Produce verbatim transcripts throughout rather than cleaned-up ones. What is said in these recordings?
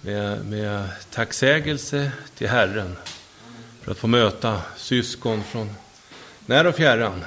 med, med tacksägelse till Herren för att få möta syskon från när och fjärran.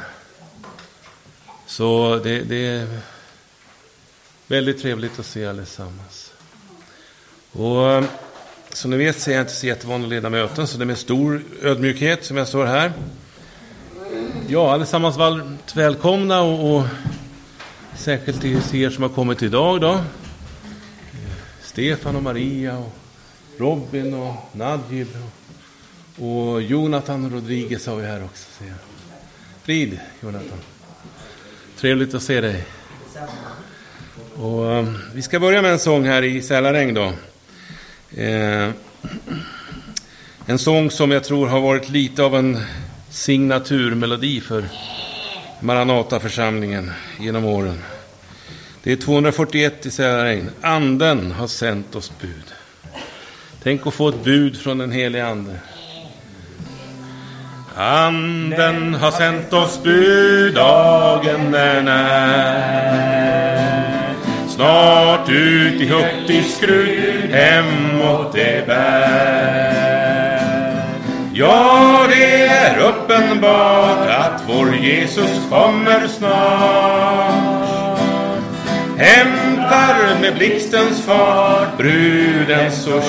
Så det, det är väldigt trevligt att se allesammans. Och som ni vet så är jag inte så jättevan ledamöten, så det är med stor ödmjukhet som jag står här. Ja, allesammans varmt välkomna och, och särskilt till er som har kommit idag då. Stefan och Maria och Robin och Nadjib och, och Jonathan Rodriguez har vi här också. Ser jag. Frid, Jonathan. Trevligt att se dig. Och um, vi ska börja med en sång här i Sälaräng då. Eh, en sång som jag tror har varit lite av en signaturmelodi för Maranata-församlingen genom åren. Det är tvåhundrafyrtioett i Sälaräng. Anden har sänt oss bud. Tänk att få ett bud från den helige ande. Anden har sänt oss bud, dagen är när. Snart ut i högtidsskruv, hemåt det bär. Ja, det är uppenbart att vår Jesus kommer snart. Hämtar med blixtens fart bruden så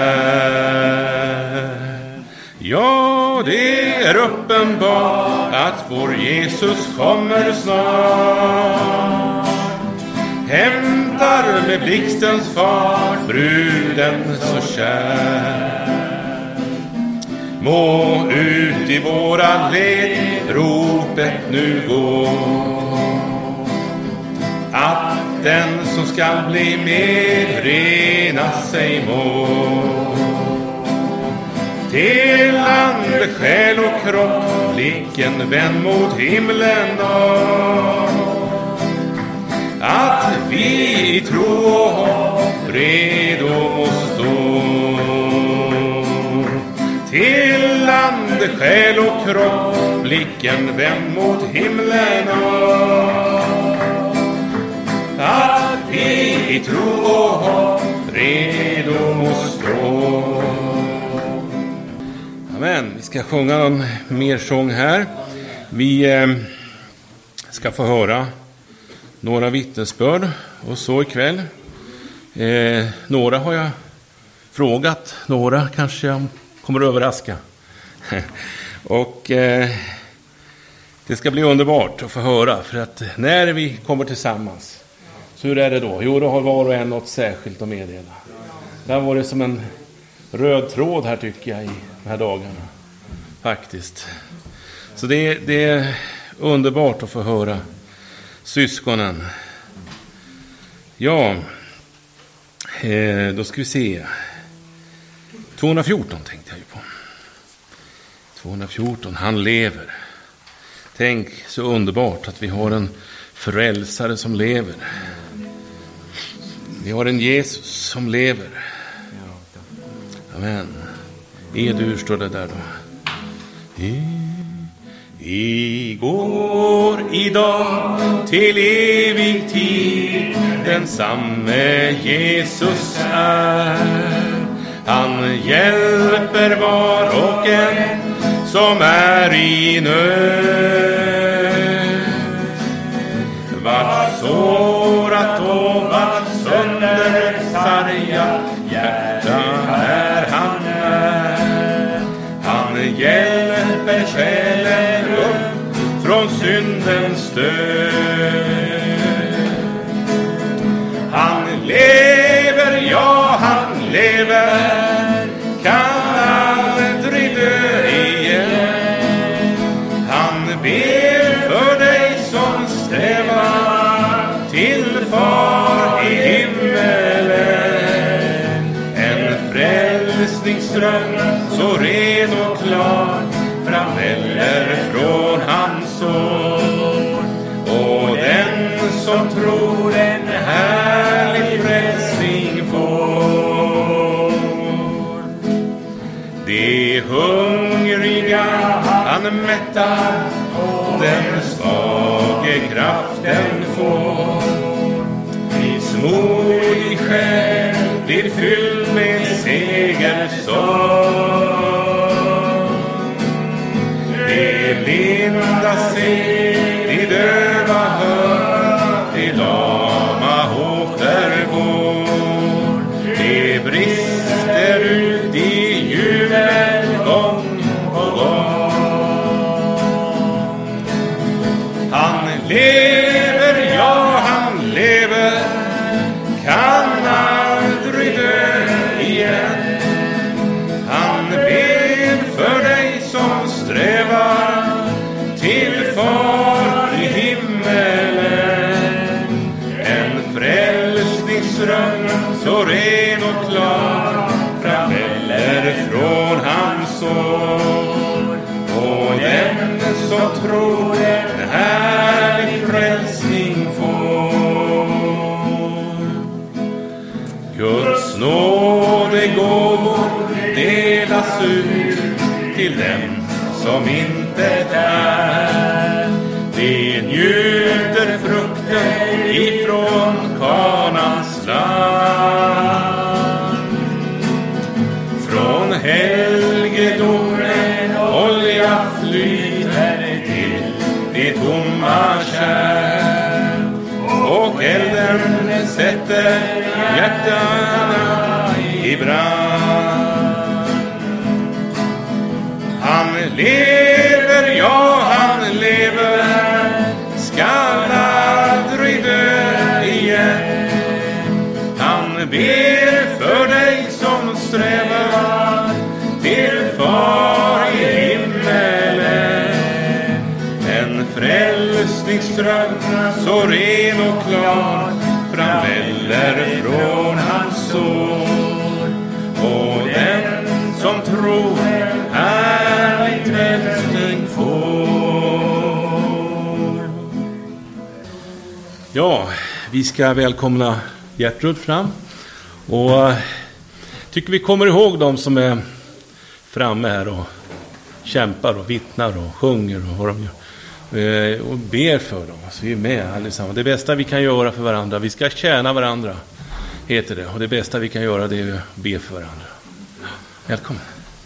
kär. Ja, det är uppenbart att vår Jesus kommer snart. Hämtar med blixtens fart bruden så kär. Må ut i våra led ropet nu gå, att den som ska bli med rena sig må. Till ande, själ och kropp, blicken vänd mot himlen då. Att vi i tro och hopp redo må stå. Till ande, själ och kropp, blicken vänd mot himlen då. Att vi i tro och hopp redo må stå. Amen. Vi ska sjunga någon mer sång här. Vi eh, ska få höra några vittnesbörd och så ikväll. Eh, några har jag frågat, några kanske jag kommer att överraska. och eh, det ska bli underbart att få höra, för att när vi kommer tillsammans, så hur är det då? Jo, då har var och en något särskilt att meddela. Det var det som en röd tråd här, tycker jag, i de här dagarna. Faktiskt. Så det, det är underbart att få höra syskonen. Ja, eh, då ska vi se. tvåhundrafjorton tänkte jag ju på. tvåhundrafjorton, han lever. Tänk så underbart att vi har en frälsare som lever. Vi har en Jesus som lever. Amen. Edur står det där då. I, igår, idag, till evig tid, den samme Jesus är. Han hjälper var och en som är i nöd. Vart sårat och vart sönder sargat hjärta är han är. Han hjälper själen upp från syndens död. Han lever, ja han lever, kan aldrig dö igen. Han ber för dig som strävar till far i himmelen. En frälsningsström så ren och klar framväller från hans ord. Och den som tror en härlig frälsning får. De hungriga han mättar, den svage kraften får. Smodig själ blir fylld med segersång. De blinda ser, de döva hör, de lama återgår. De brister ut i jubel gång på gång. Han lever, ja han lever, kan aldrig dö igen. Han ber för dig som strävar till far i himmelen. En frälsningsström så ren och klar framväller från hans sår. Och den som tror en härlig frälsning får. Guds nådegåvor delas ut till dem som inte är. De njuter frukten ifrån Kanans land. Från helgedomen olja flyter till de tomma kärl. Och elden sätter hjärtarna i brand. Han lever, ja han lever, skall aldrig dö igen. Han ber för dig som strävar till far i himmelen. En frälsningsström så ren och klar framväller från hans sår. Och den som tror härlig frälsning får. Ja, vi ska välkomna Gertrud fram. Och tycker vi kommer ihåg dem som är framme här och kämpar och vittnar och sjunger och vad de gör. Och ber för dem. Alltså vi är med allesammans. Det bästa vi kan göra för varandra, vi ska tjäna varandra, heter det. Och det bästa vi kan göra, det är att be för varandra. Välkommen.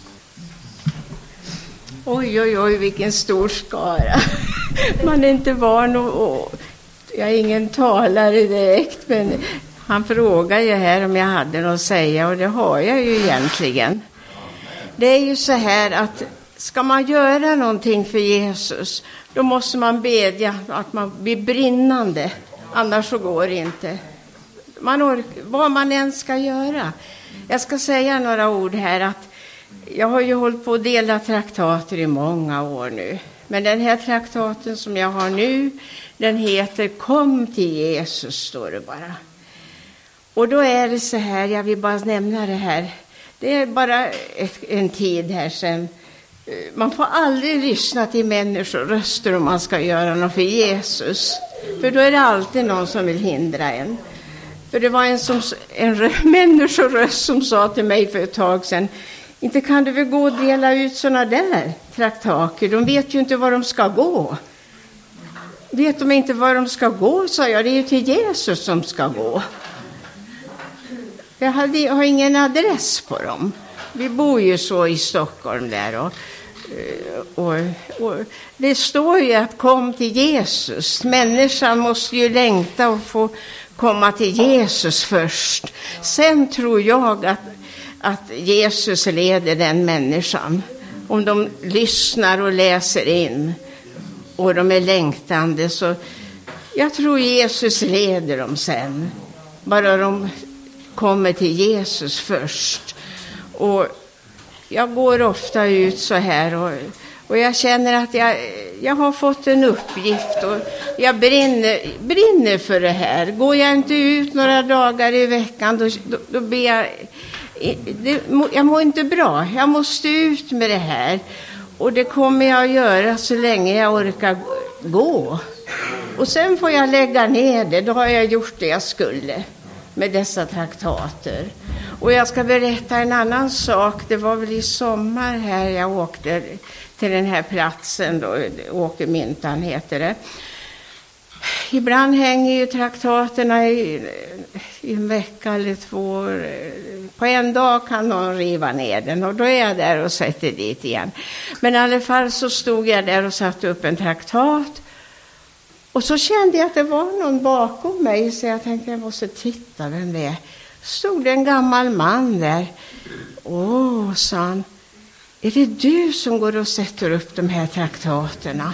Oj, oj, oj, vilken stor skara. Man är inte van och jag är ingen talare direkt, men han frågar ju här om jag hade något att säga, och det har jag ju egentligen. Det är ju så här att ska man göra någonting för Jesus, då måste man bedja att man blir brinnande, annars så går det inte. Man orkar, vad man än ska göra. Jag ska säga några ord här, att jag har ju hållit på att dela traktater i många år nu. Men den här traktaten som jag har nu, den heter Kom till Jesus, står det bara. Och då är det så här, jag vill bara nämna det här. Det är bara ett, en tid här sedan. Man får aldrig lyssna till människoröster om man ska göra något för Jesus. För då är det alltid någon som vill hindra en. För det var en, som, en människoröst som sa till mig för ett tag sedan: inte kan du väl gå och dela ut såna där traktater? De vet ju inte var de ska gå. Vet de inte var de ska gå, sa jag. Det är ju till Jesus som ska gå. Jag, hade, jag har ingen adress på dem. Vi bor ju så i Stockholm där. Och, och, och det står ju att kom till Jesus. Människan måste ju längta och få komma till Jesus först. Sen tror jag att, att Jesus leder den människan. Om de lyssnar och läser in och de är längtande, så jag tror Jesus leder dem sen. Bara de kommer till Jesus först. Och jag går ofta ut så här och, och jag känner att jag, jag har fått en uppgift och jag brinner, brinner för det här. Går jag inte ut några dagar i veckan, då, då, då ber jag, det, jag mår inte bra. Jag måste ut med det här. Och det kommer jag att göra så länge jag orkar gå. Och sen får jag lägga ner det. Då har jag gjort det jag skulle med dessa traktater. Och jag ska berätta en annan sak. Det var väl i sommar här jag åkte till den här platsen då, Åkermyntan heter det. ibland hänger ju traktaterna i, i en vecka eller två. På en dag kan någon riva ner den och då är jag där och sätter dit igen. Men i alla fall så stod jag där och satte upp en traktat. Och så kände jag att det var någon bakom mig, så jag tänkte jag måste titta vem det är. Stod det en gammal man där. Åh, sa han. Är det du som går och sätter upp de här traktaterna?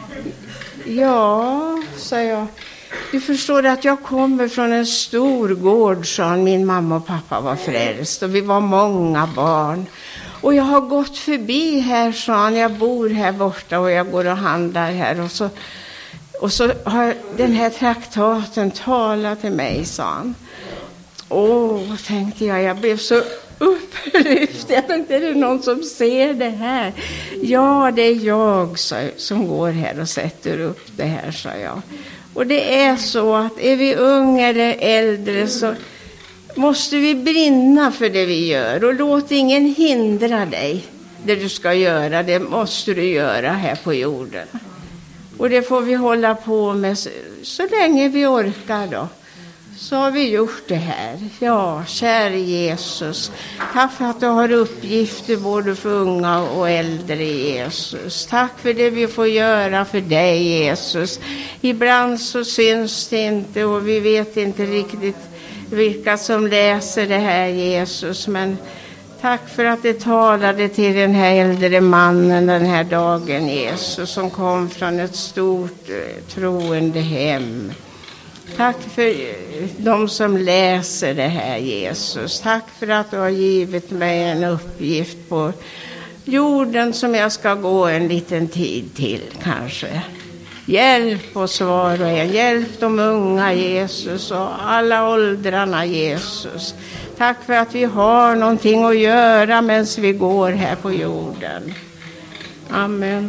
Ja, sa jag. Du förstår att jag kommer från en stor gård, sa han. Min mamma och pappa var frälst och vi var många barn. Och jag har gått förbi här, sa han. Jag bor här borta och jag går och handlar här. Och så, och så har den här traktaten talat till mig, sa han. Åh, tänkte jag. Jag blev så upplyft. Jag tänkte, är det någon som ser det här? Ja, det är jag, sa, som går här och sätter upp det här, sa jag. Och det är så att är vi unga eller äldre så måste vi brinna för det vi gör. Och låt ingen hindra dig. Det du ska göra, det måste du göra här på jorden. Och det får vi hålla på med så, så länge vi orkar då. Så har vi gjort det här. Ja, kära Jesus. Tack för att du har uppgifter både för unga och äldre, Jesus. Tack för det vi får göra för dig, Jesus. Ibland så syns det inte och vi vet inte riktigt vilka som läser det här, Jesus. Men tack för att det talade till den här äldre mannen den här dagen, Jesus. Som kom från ett stort troende hem. Tack för de som läser det här, Jesus. Tack för att du har givit mig en uppgift på jorden som jag ska gå en liten tid till kanske. Hjälp oss var och en. Hjälp de unga, Jesus, och alla åldrarna, Jesus. Tack för att vi har någonting att göra medan vi går här på jorden. Amen.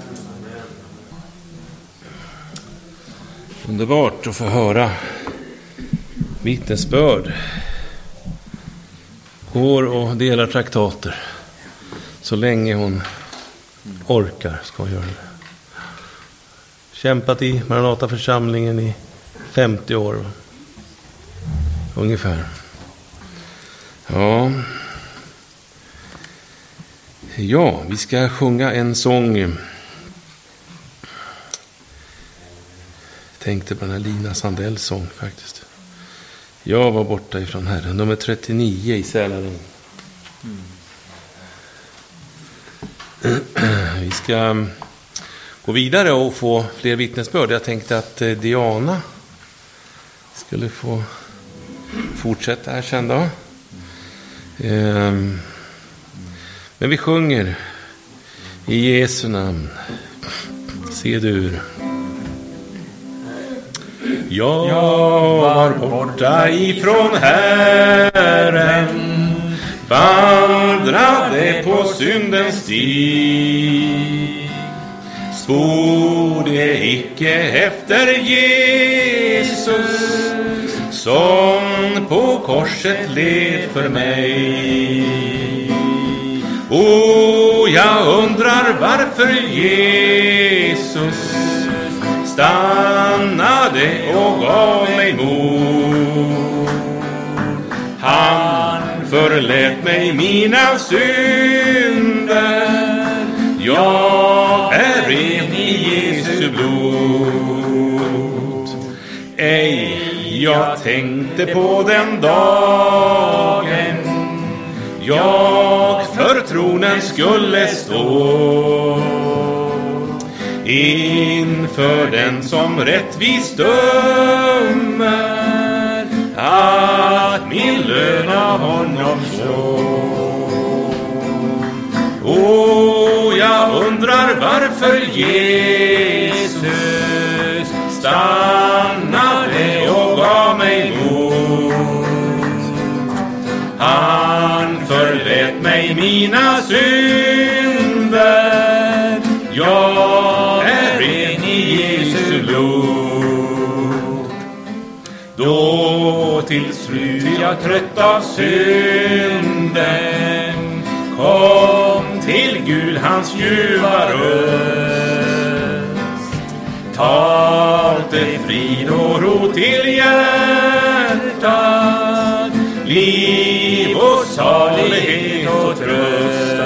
Underbart att få höra vittnesbörd. Går och delar traktater. Så länge hon orkar ska hon göra det. Kämpat i Maranataförsamlingen i femtio år. Ungefär. Ja. Ja, vi ska sjunga en sång. Tänkte på den här Lina Sandells sång faktiskt. Jag var borta ifrån Herren. Nummer trettionio i Sälaren. Mm. Vi ska gå vidare och få fler vittnesbörd. Jag tänkte att Diana skulle få fortsätta här sen då. Men vi sjunger i Jesu namn. Se du. Jag var borta ifrån Herren, vandrade på syndens stig, sporde icke efter Jesus, som på korset led för mig. Och jag undrar varför Jesus stannade och gav mig mod. Han förlät mig mina synder. Jag är ren i Jesu blod. Ej, jag tänkte på den dagen jag för tronen skulle stå inför den som rättvist dömer, att min lön av honom får. Och jag undrar varför Jesus stannade och gav mig mod. Han förlät mig mina synder. Jag är ren i Jesu blod. Då till slut jag trött av synden kom till Gud hans ljuva röst. totalt är frid och ro till hjärtat, liv och salighet och tröst.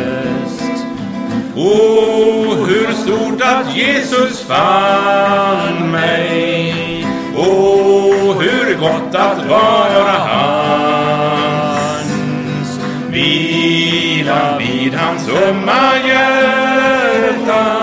O, hur stort att Jesus fann mig, o, hur gott att vara hans, vila vid hans ömma hjärta,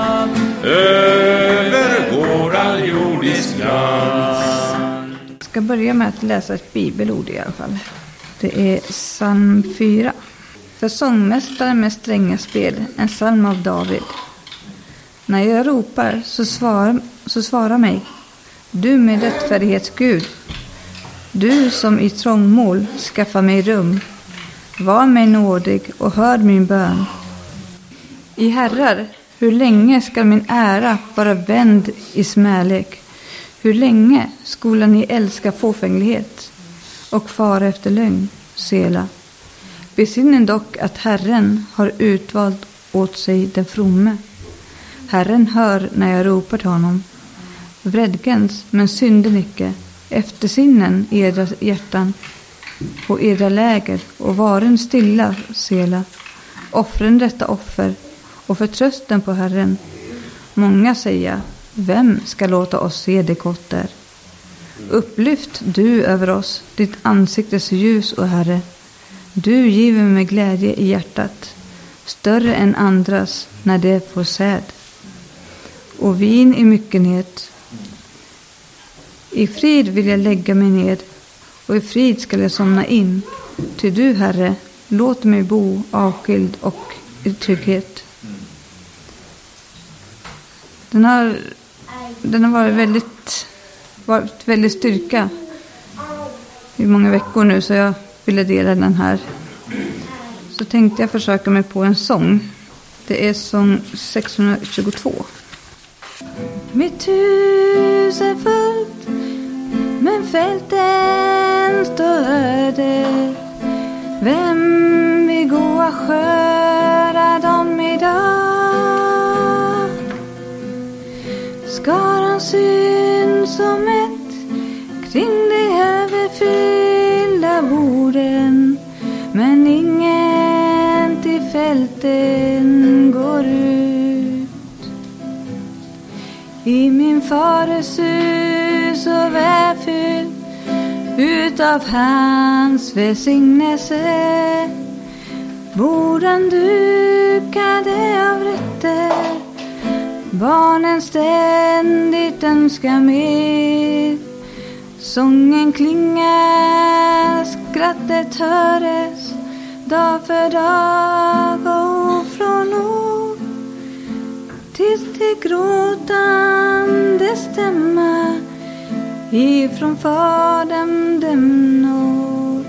övergår all jordisk glans. Jag ska börja med att läsa ett bibelord i alla fall. Det är psalm fyra. För sångmästaren med stränga spel, en psalm av David. När jag ropar så svara, så svara mig, du med rättfärdighetsgud. Du som i trångmål skaffar mig rum. Var mig nådig och hör min bön. I herrar, hur länge ska min ära vara vänd i smälek? Hur länge skola ni älska fåfänglighet och fara efter lögn, Sela? Besinnen dock att Herren har utvalt åt sig den fromme. Herren hör när jag ropar till honom. Vredgens, men synden icke. Eftersinnen i edra hjärtan och edra läger och varen stilla, Sela. Offren detta offer och förtrösten på Herren. Många säger, vem ska låta oss se det gott där? Upplyft du över oss ditt ansiktes ljus, o Herre. Du giver mig glädje i hjärtat, större än andras när det får säd. Och vin i myckenhet. I frid vill jag lägga mig ned, och i frid skall jag somna in. Ty du, Herre, låt mig bo avskild och i trygghet. Den har, den har varit väldigt, varit väldigt styrka i många veckor nu, så jag ville dela den här. Så tänkte jag försöka mig på en sång. Det är sång sexhundratjugotvå. Mitt hus är fullt, men fälten står öde. Vem vill gå och sköra dem idag? Skaran syns som ett kring det överfyllda borden, men ingen till fälten går ut. I min faders hus och välfylld utav hans välsignelse, borden dukade av rätter, barnen ständigt önskar mer. Sången klingar, skrattet höres, dag för dag och från ord, tills det gråtande stämma ifrån fadern dem når.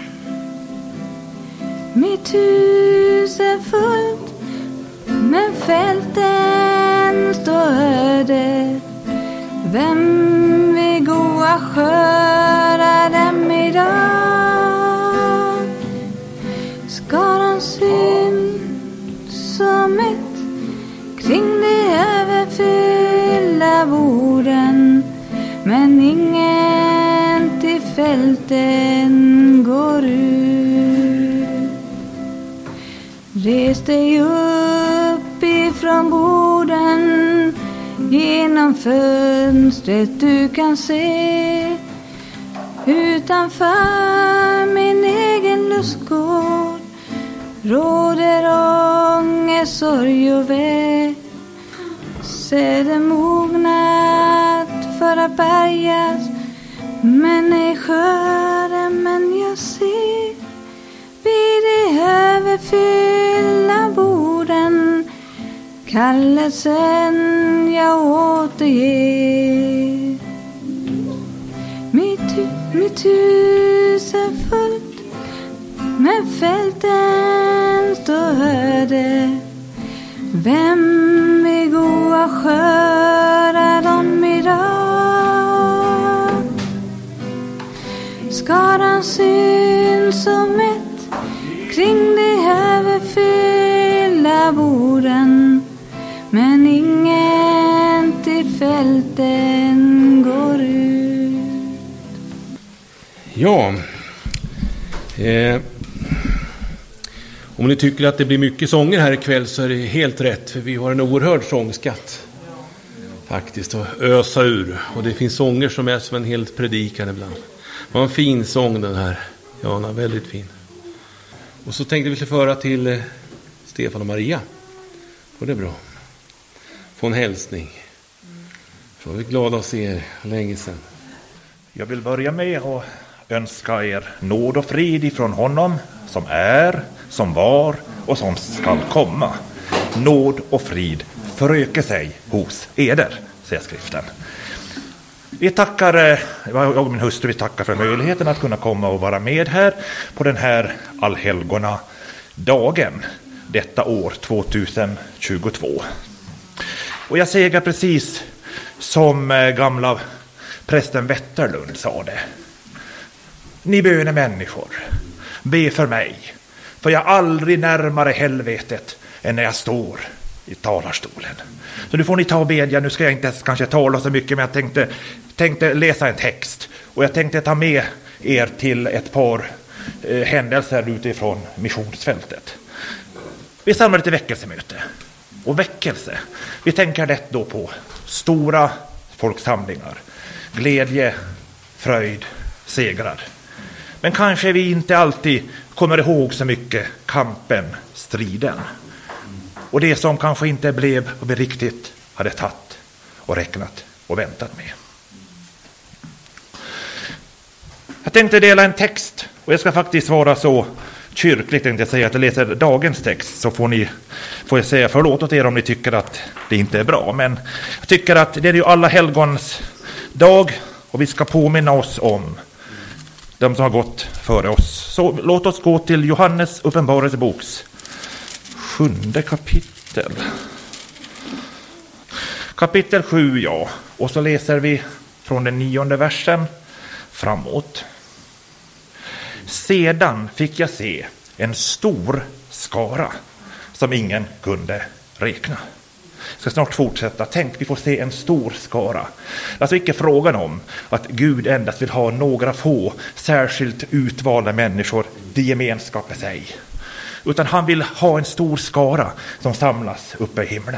Mitt hus är fullt, men fälten står öde. Vem vill gå och sköra dem idag? Skaran syns som ett kring det överfyllda borden, men ingen till fälten går ut. Res dig upp ifrån borden, genom fönstret du kan se. Utanför min egen lustgård råder ångest, sorg och ve. Säden mognat för att bärgas, men ej skörden, men jag ser vid det överfyllda borden kallelsen jag återger. Mitt, mitt hus är fullt, men fälten står öde. Vem vill gå och sköra dem idag? Skaran syns som ett kring det överfyllda borden, men ingen till natten går ut. Ja, eh, om ni tycker att det blir mycket sånger här ikväll så är det helt rätt, för vi har en oerhörd sångskatt faktiskt att ösa ur, och det finns sånger som är som en helt predikan ibland. Det var en fin sång den här, Jana, väldigt fin. Och så tänkte vi skulle föra till eh, Stefan och Maria, och det är bra. Få en hälsning. Så är vi glada att se er länge sedan. Jag vill börja med att önska er nåd och frid ifrån honom som är, som var och som ska komma. Nåd och frid föröker sig hos eder, säger skriften. Vi tackar, jag och min hustru, vi tackar för möjligheten att kunna komma och vara med här på den här allhelgona dagen detta år tjugohundratjugotvå. Och jag säger precis som gamla prästen Wetterlund sa det. Ni böne människor, be för mig, för jag är aldrig närmare helvetet än när jag står i talarstolen. Så nu får ni ta och bedja. Nu ska jag inte kanske tala så mycket, men jag tänkte, tänkte läsa en text. Och jag tänkte ta med er till ett par eh, händelser utifrån missionsfältet. Vi samlar till väckelsemöte. Och väckelse, vi tänker lätt då på stora folksamlingar. Glädje, fröjd, segrar. Men kanske vi inte alltid kommer ihåg så mycket kampen, striden. Och det som kanske inte blev vad vi riktigt hade tagit och räknat och väntat med. Jag tänkte dela en text, och jag ska faktiskt vara så kyrkligt tänkte jag säga att jag läser dagens text, så får ni får jag säga förlåt åt er om ni tycker att det inte är bra. Men jag tycker att det är ju alla helgons dag, och vi ska påminna oss om de som har gått före oss. Så låt oss gå till Johannes uppenbarelseboks sjunde kapitel. Kapitel sju, ja. Och så läser vi från den nionde versen framåt. Sedan fick jag se en stor skara som ingen kunde räkna. Jag ska snart fortsätta. Tänk, vi får se en stor skara. Alltså inte frågan om att Gud endast vill ha några få särskilt utvalda människor till gemenskap med sig. Utan han vill ha en stor skara som samlas uppe i himlen.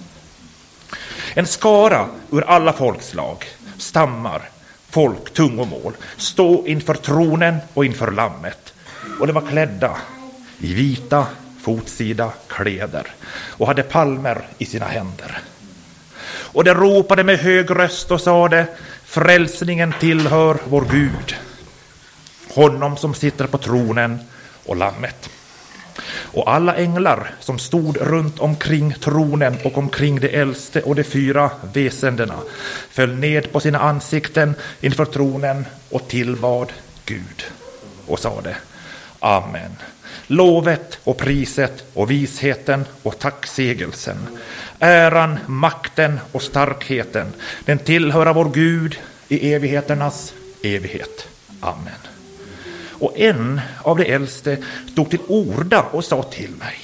En skara ur alla folkslag, stammar, folk, tungomål, stå inför tronen och inför lammet. Och de var klädda i vita, fotsida kläder och hade palmer i sina händer. Och de ropade med hög röst och sade: frälsningen tillhör vår Gud, honom som sitter på tronen och lammet. Och alla änglar som stod runt omkring tronen och omkring de äldste och de fyra väsendena föll ned på sina ansikten inför tronen och tillbad Gud och sade: Amen. Lovet och priset och visheten och tacksägelsen, äran, makten och starkheten, den tillhör vår Gud i evigheternas evighet. Amen. Och en av de äldste stod till orda och sa till mig: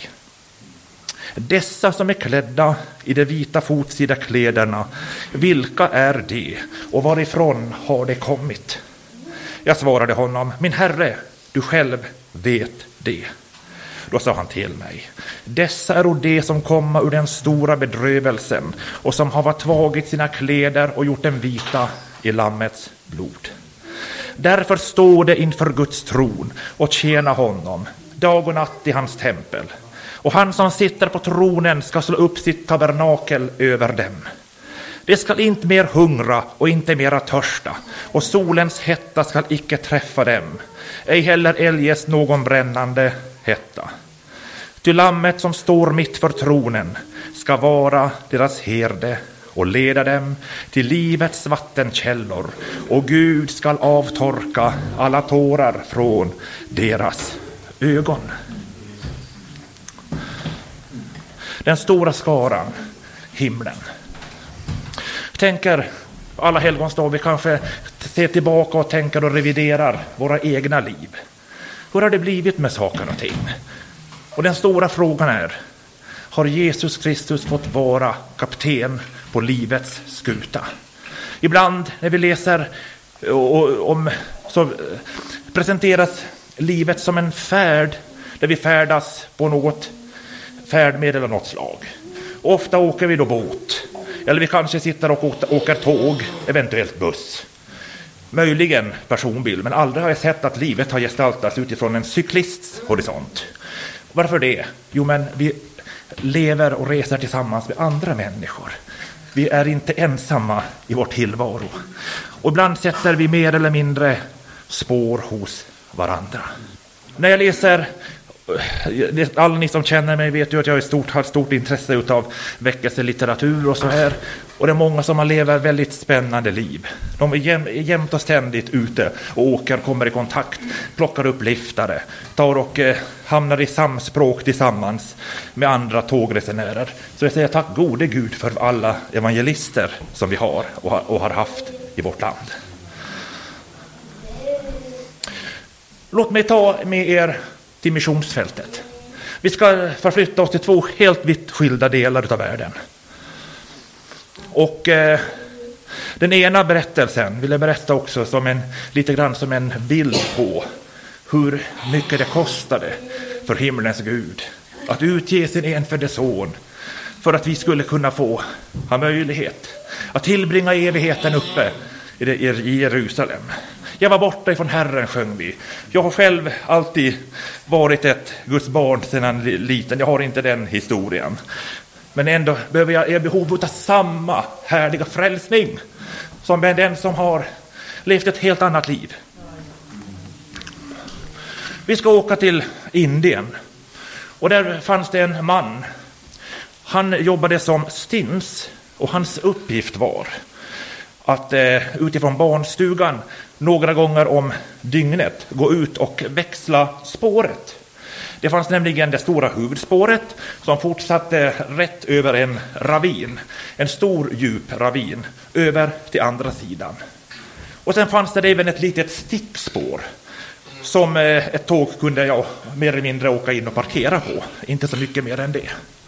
dessa som är klädda i de vita fotsida kläderna, vilka är de och varifrån har de kommit? Jag svarade honom: min herre, du själv vet det. Då sa han till mig: dessa är de som kommer ur den stora bedrövelsen och som har tagit sina kläder och gjort dem vita i lammets blod. Därför står det inför Guds tron och tjäna honom dag och natt i hans tempel. Och han som sitter på tronen ska slå upp sitt tabernakel över dem. Det ska inte mer hungra och inte mera törsta, och solens hetta ska icke träffa dem, ej heller eljest någon brännande hetta. Ty lammet som står mitt för tronen ska vara deras herde och leda dem till livets vattenkällor, och Gud skall avtorka alla tårar från deras ögon. Den stora skaran, himlen. Tänker alla helgons dag, vi kanske ser tillbaka och tänker och reviderar våra egna liv. Hur har det blivit med saker och ting? Och den stora frågan är: har Jesus Kristus fått vara kapten på livets skuta? Ibland när vi läser om, så presenteras livet som en färd där vi färdas på något färdmedel av något slag. Ofta åker vi då båt, eller vi kanske sitter och åker tåg, eventuellt buss. Möjligen personbil, men aldrig har jag sett att livet har gestaltats utifrån en cyklists horisont. Varför det? Jo, men vi lever och reser tillsammans med andra människor. Vi är inte ensamma i vår tillvaro. Och ibland sätter vi mer eller mindre spår hos varandra. När jag läser, alla ni som känner mig vet ju att jag är stort, har stort intresse utav väckelselitteratur och så här. Och det är många som har lever väldigt spännande liv. De är jäm, jämt och ständigt ute och åker, kommer i kontakt, plockar upp liftare, tar och eh, hamnar i samspråk tillsammans med andra tågresenärer. Så jag säger tack gode Gud för alla evangelister som vi har och, har och har haft i vårt land. Låt mig ta med er till missionsfältet. Vi ska förflytta oss till två helt vitt skilda delar av världen. Och eh, den ena berättelsen vill jag berätta också som en, lite grann som en bild på hur mycket det kostade för himlens Gud att utge sin enfödde son för att vi skulle kunna få ha möjlighet att tillbringa evigheten uppe i, det, i Jerusalem. Jag var borta ifrån Herren, sjöng vi. Jag har själv alltid varit ett Guds barn sedan liten. Jag har inte den historien. Men ändå behöver jag, är behov av samma härliga frälsning som med den som har levt ett helt annat liv. Vi ska åka till Indien. Och där fanns det en man. Han jobbade som stins och hans uppgift var att eh, utifrån barnstugan några gånger om dygnet gå ut och växla spåret. Det fanns nämligen det stora huvudspåret som fortsatte rätt över en ravin, en stor djup ravin, över till andra sidan. Och sen fanns det även ett litet stickspår som eh, ett tåg kunde jag mer eller mindre åka in och parkera på. Inte så mycket mer än det.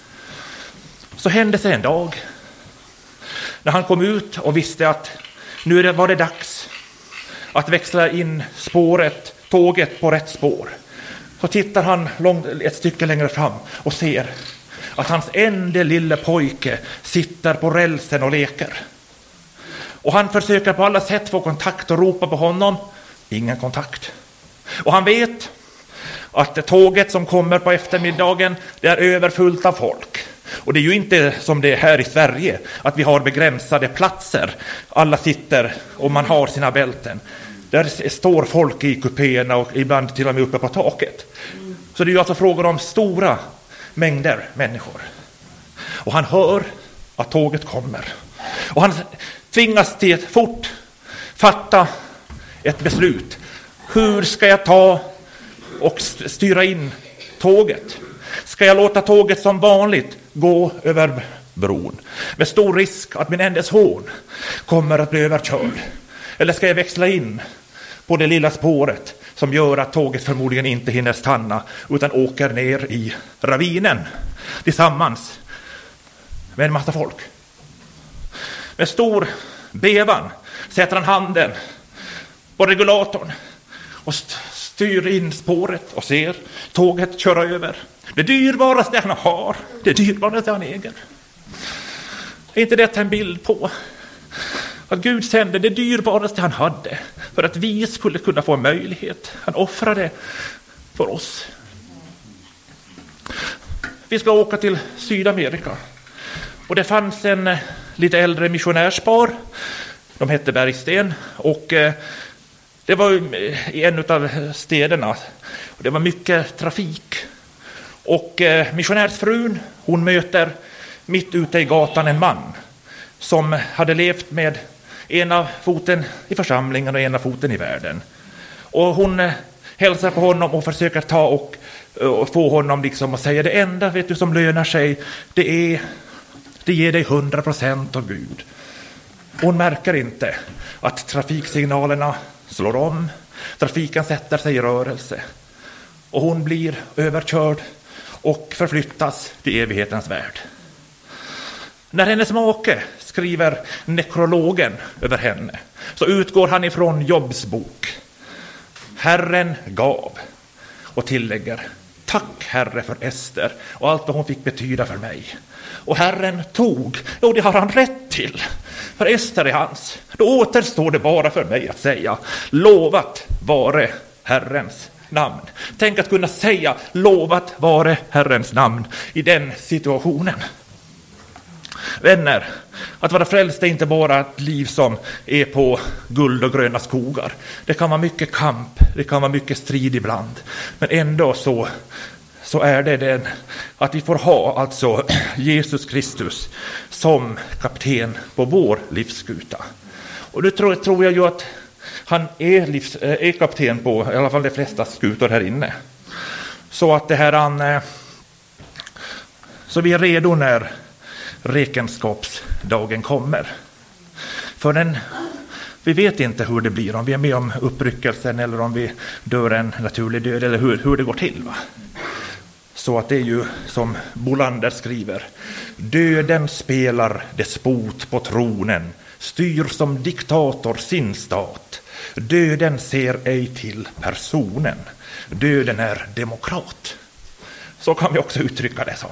Så hände sig en dag när han kom ut och visste att nu var det dags att växla in spåret, tåget på rätt spår. Så tittar han långt, ett stycke längre fram och ser att hans enda lilla pojke sitter på rälsen och leker. Och han försöker på alla sätt få kontakt och ropa på honom. Ingen kontakt. Och han vet att tåget som kommer på eftermiddagen, det är överfullt av folk. Och det är ju inte som det är här i Sverige att vi har begränsade platser. Alla sitter och man har sina bälten. Där står folk i kupéerna och ibland till och med uppe på taket. Så det är ju alltså frågan om stora mängder människor. Och han hör att tåget kommer. Och han tvingas till att fort fatta ett beslut. Hur ska jag ta och styra in tåget? Ska jag låta tåget som vanligt gå över bron med stor risk att min enda son kommer att bli överkörd? Eller ska jag växla in på det lilla spåret som gör att tåget förmodligen inte hinner stanna utan åker ner i ravinen tillsammans med en massa folk? Med stor bevan sätter han handen på regulatorn och styr in spåret och ser tåget köra över. Det dyrbaraste han har, det dyrbaraste han äger. Är inte detta en bild på att Gud sände det dyrbaraste han hade för att vi skulle kunna få en möjlighet? Han offrade för oss. Vi ska åka till Sydamerika. Och det fanns en lite äldre missionärspar. De hette Bergsten. Och det var i en av städerna. Och det var mycket trafik. Och missionärsfrun, hon möter mitt ute i gatan en man som hade levt med ena foten i församlingen och ena foten i världen. Och hon hälsar på honom och försöker ta och, och få honom liksom att säga det enda vet du som lönar sig, det är det ger dig hundra procent av Gud. Hon märker inte att trafiksignalerna slår om, trafiken sätter sig i rörelse och hon blir överkörd och förflyttas till evighetens värld. När hennes make skriver nekrologen över henne, så utgår han ifrån Jobs bok. Herren gav och tillägger: tack Herre för Ester och allt vad hon fick betyda för mig. Och Herren tog, och det har han rätt till, för Ester är hans. Då återstår det bara för mig att säga: lovat vare Herrens namn. Tänk att kunna säga lovat vare Herrens namn i den situationen. Vänner, att vara frälst är inte bara ett liv som är på guld och gröna skogar. Det kan vara mycket kamp, det kan vara mycket strid ibland. Men ändå så, så är det den, att vi får ha alltså Jesus Kristus som kapten på vår livsskuta. Och nu tror, tror jag ju att han är, livs, är kapten på i alla fall de flesta skutor här inne. Så att det här han, så vi är redo när räkenskapsdagen kommer. För den, vi vet inte hur det blir, om vi är med om uppryckelsen eller om vi dör en naturlig död, eller hur, hur det går till. Va? Så att det är ju som Bolander skriver: döden spelar despot på tronen, styr som diktator sin stat. Döden ser ej till personen, döden är demokrat. Så kan vi också uttrycka det som.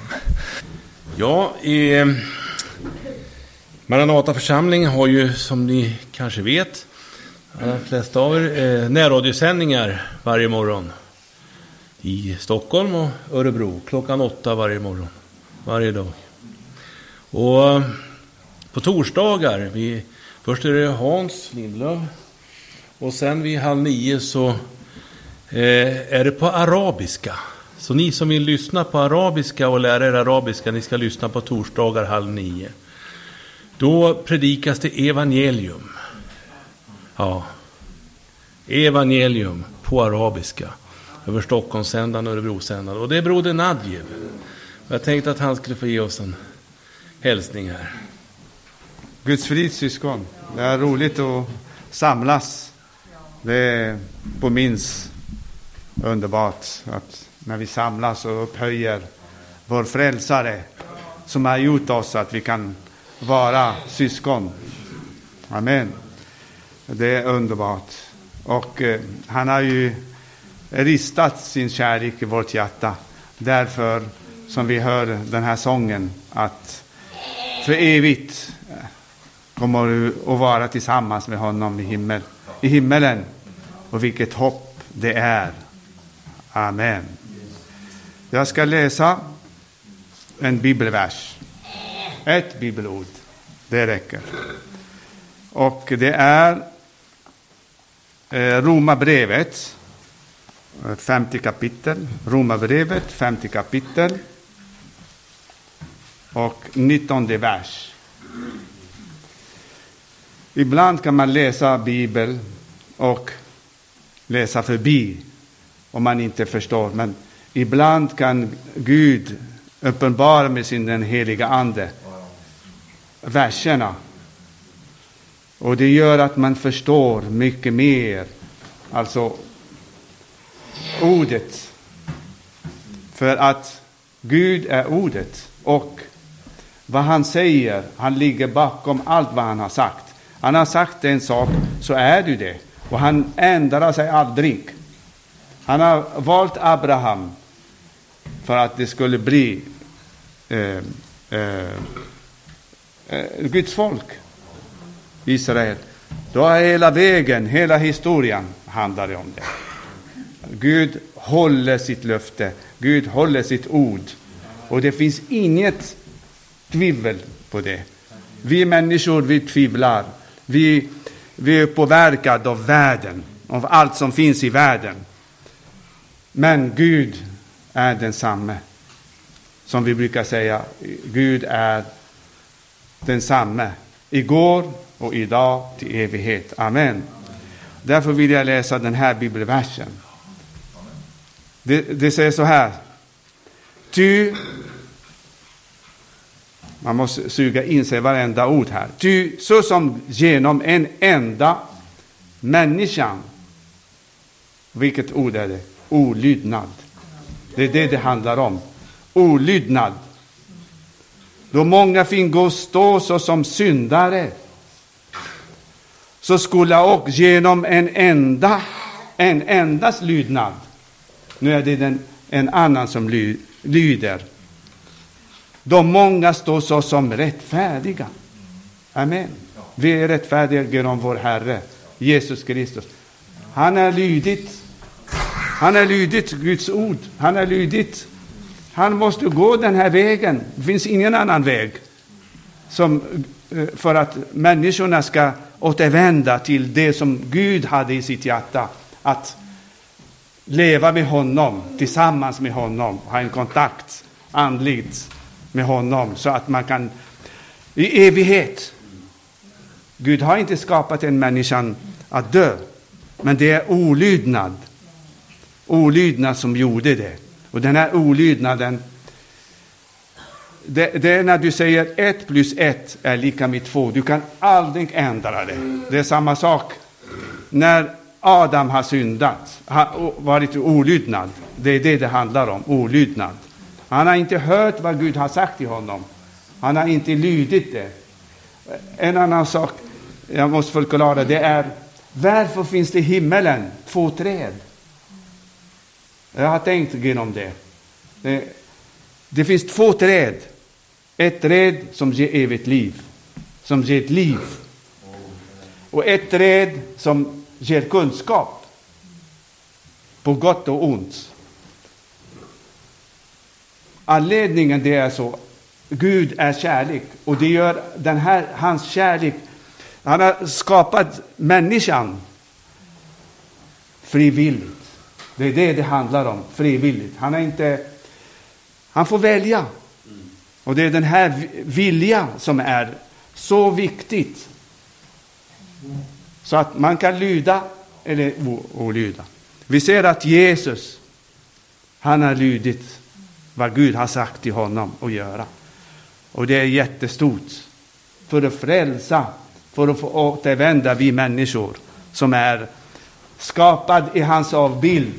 Ja, eh, Maranata församling har ju, som ni kanske vet, de flesta av er, eh, närradiosändningar varje morgon i Stockholm och Örebro klockan åtta varje morgon, varje dag. Och på torsdagar, vi, först är det Hans Lindlöf och sen vid halv nio så eh, är det på arabiska. Så ni som vill lyssna på arabiska och lära er arabiska, ni ska lyssna på torsdagar halv nio. Då predikas det evangelium. Ja, evangelium på arabiska. Över Stockholmssändaren och Örebrosändaren. Och det är broder Nadjev. Jag tänkte att han skulle få ge oss en hälsning här. Guds frid, syskon. Det är roligt att samlas. Det är på minst underbart att när vi samlas och upphöjer vår frälsare som har gjort oss att vi kan vara syskon. Amen. Det är underbart. Och eh, han har ju ristat sin kärlek i vårt hjärta. Därför som vi hör den här sången att för evigt kommer du att vara tillsammans med honom i himmel, i himmelen. Och vilket hopp det är. Amen. Jag ska läsa en bibelvers. Ett bibelord. Det räcker. Och det är eh, Romarbrevet femtio kapitel. Romarbrevet femtio kapitel. Och nittonde vers. Ibland kan man läsa Bibel och läsa förbi om man inte förstår. Men ibland kan Gud uppenbara med sin den heliga ande verserna. Och det gör att man förstår mycket mer. Alltså ordet. För att Gud är ordet. Och vad han säger, han ligger bakom allt vad han har sagt. Han har sagt en sak, så är det det. Och han ändrar sig aldrig. Han har valt Abraham för att det skulle bli eh, eh, eh, Guds folk, Israel. Då är hela vägen, hela historien handlar det om det. Gud håller sitt löfte. Gud håller sitt ord. Och det finns inget tvivel på det. Vi människor, vi tvivlar. Vi, vi är påverkade av världen. Av allt som finns i världen. Men Gud är densamme. Som vi brukar säga, Gud är densamme. Igår och idag till evighet. Amen. Därför vill jag läsa den här bibelversen. Det, det säger så här. Ty, man måste suga in sig varenda ord här. Ty så som genom en enda människan. Vilket ord är det? Olydnad. Det är det det handlar om. Olydnad. då många fingo stå så som syndare, så skulle och genom en enda, en endas lydnad, nu är det den, en annan som ly, lyder, då många står så som rättfärdiga. Amen. Vi är rättfärdiga genom vår Herre Jesus Kristus. Han är lydigt. Han är lydigt Guds ord. Han är lydigt. Han måste gå den här vägen. Det finns ingen annan väg som, för att människorna ska återvända till det som Gud hade i sitt hjärta. Att leva med honom, tillsammans med honom. Ha en kontakt andligt med honom. Så att man kan i evighet. Gud har inte skapat en människan att dö. Men det är olydnad. Olydnad som gjorde det. Och den här olydnaden, det, det är när du säger ett plus ett är lika med två. Du kan aldrig ändra det. Det är samma sak när Adam har syndat, har varit olydnad. Det är det det handlar om, olydnad. Han har inte hört vad Gud har sagt till honom. Han har inte lydit det. En annan sak jag måste förklara, det är varför finns det i himmelen två träd? Jag har tänkt igenom det. det. Det finns två träd. Ett träd som ger evigt liv. Som ger ett liv. Och ett träd som ger kunskap. På gott och ont. Anledningen det är så. Gud är kärlek. Och det gör den här, hans kärlek. Han har skapat människan frivilligt. Det är det det handlar om, frivilligt. Han är inte, han får välja. Och det är den här vilja som är så viktigt. Så att man kan lyda eller olyda. Vi ser att Jesus, han har lydit vad Gud har sagt till honom att göra. Och det är jättestort. För att frälsa, för att få återvända vi människor som är skapad i hans avbild.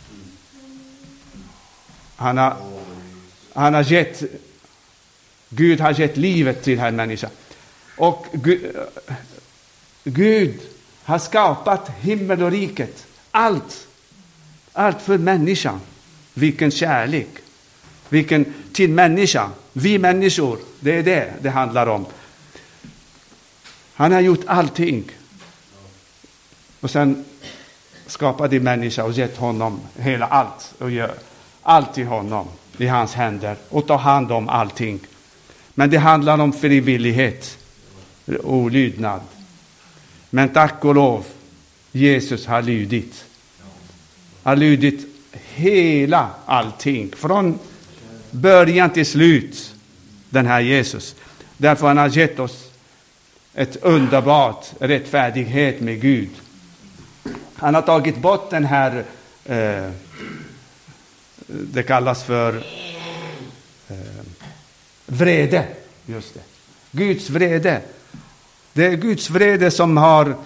Han har, han har gett, Gud har gett livet till den här människan. Och Gud, Gud har skapat himmel och riket. Allt. Allt för människan. Vilken kärlek. Vilken till människan. Vi människor. Det är det det handlar om. Han har gjort allting. Och sen skapade människa och gett honom hela allt. Och gör allt i honom. I hans händer. Och ta hand om allting. Men det handlar om frivillighet. Och lydnad. Men tack och lov. Jesus har lydit. Har lydit hela allting. Från början till slut. Den här Jesus. Därför han har gett oss ett underbart rättfärdighet med Gud. Han har tagit bort den här eh, det kallas för eh, vrede. Just det. Guds vrede. Det är Guds vrede som har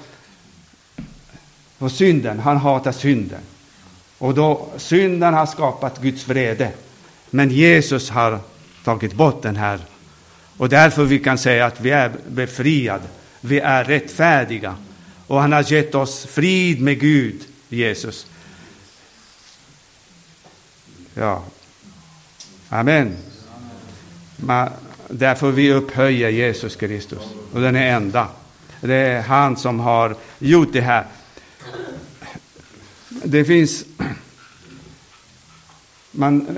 på synden. Han hatar synden. Och då synden har skapat Guds vrede. Men Jesus har tagit bort den här. Och därför vi kan säga att vi är befriade. Vi är rättfärdiga. Och han har gett oss frid med Gud, Jesus. Ja. Amen. Men därför vi upphöjer Jesus Kristus. Och den är enda. Det är han som har gjort det här. Det finns... Man...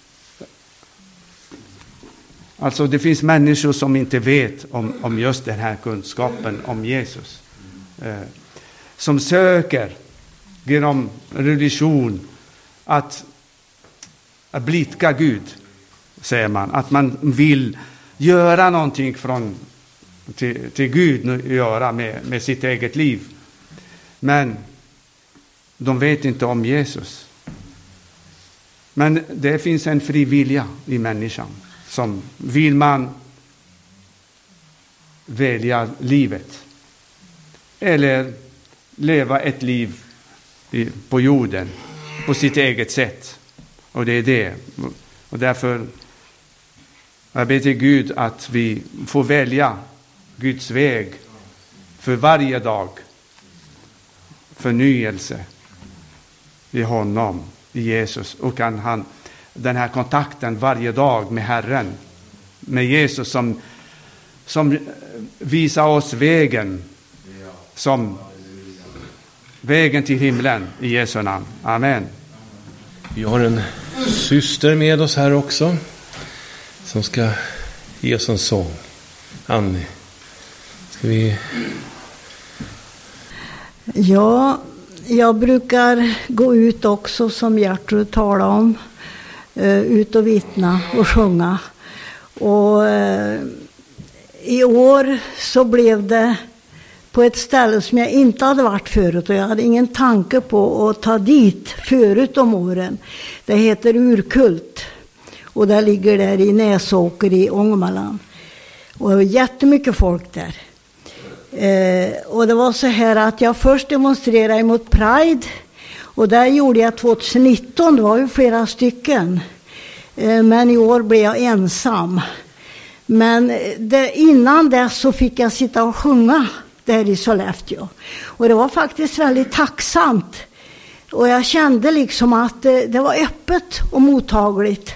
Alltså det finns människor som inte vet om, om just den här kunskapen om Jesus. Eh, som söker genom religion att, att blidka Gud, säger man. Att man vill göra någonting från, till, till Gud göra med, med sitt eget liv. Men de vet inte om Jesus. Men det finns en fri vilja i människan. Som vill man välja livet. Eller leva ett liv i, på jorden. På sitt eget sätt. Och det är det. Och därför Jag ber till Gud att vi får välja Guds väg för varje dag. Förnyelse i honom, i Jesus. Och kan han, den här kontakten varje dag med Herren, med Jesus som, som visar oss vägen, som vägen till himlen, i Jesu namn. Amen. Vi har en syster med oss här också som ska ge oss en sång. Annie, ska vi... Ja, jag brukar gå ut också, som Gertrud talade om, ut och vittna och sjunga. Och eh, i år så blev det på ett ställe som jag inte hade varit förut, och jag hade ingen tanke på att ta dit förut om åren. Det heter Urkult, och det ligger där i Näsåker i Ångermanland. Och jättemycket folk där. Eh, och det var så här att jag först demonstrerade mot Pride, och där gjorde jag tjugonitton, det var ju flera stycken. Eh, men i år blev jag ensam. Men det, innan dess så fick jag sitta och sjunga där i Sollefteå. Och det var faktiskt väldigt tacksamt. Och jag kände liksom att det, det var öppet och mottagligt.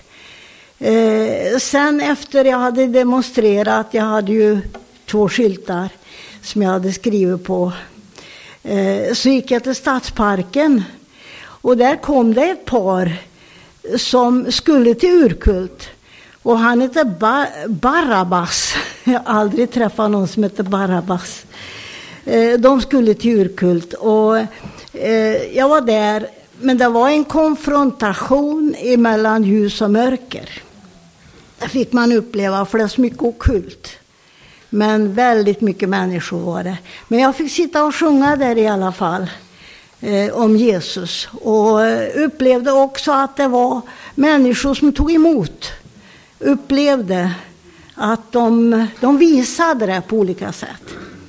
Eh, sen efter jag hade demonstrerat, jag hade ju två skyltar som jag hade skrivit på, eh, så gick jag till Stadsparken. Och där kom det ett par som skulle till Urkult. Och han heter ba- Barabbas. Jag har aldrig träffat någon som heter Barabbas. Eh, de skulle till Urkult. Och eh, jag var där. Men det var en konfrontation mellan ljus och mörker. Det fick man uppleva, för det är så mycket okult. Men väldigt mycket människor var det. Men jag fick sitta och sjunga där i alla fall. Eh, om Jesus. Och upplevde också att det var människor som tog emot. Upplevde att de, de visade det på olika sätt.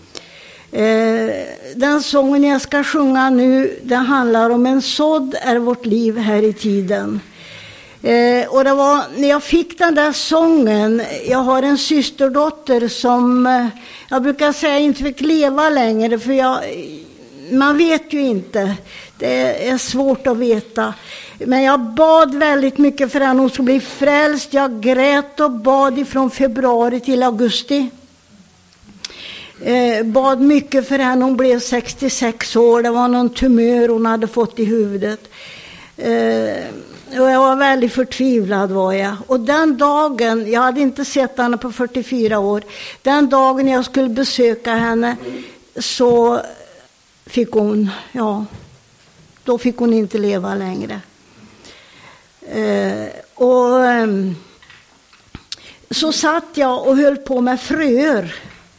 Eh, den sången jag ska sjunga nu, det handlar om en sådd är vårt liv här i tiden. Eh, och det var när jag fick den där sången, jag har en systerdotter som eh, jag brukar säga inte fick leva längre, för jag, man vet ju inte, det är svårt att veta. Men jag bad väldigt mycket för henne, hon skulle bli frälst. Jag grät och bad ifrån februari till augusti. Eh, bad mycket för henne, hon blev sextiosex år, det var någon tumör hon hade fått i huvudet. Eh, och jag var väldigt förtvivlad var jag. Och den dagen, jag hade inte sett henne på fyrtiofyra år, den dagen jag skulle besöka henne så fick hon, ja, då fick hon inte leva längre. Eh, och eh, så satt jag och höll på med fröer.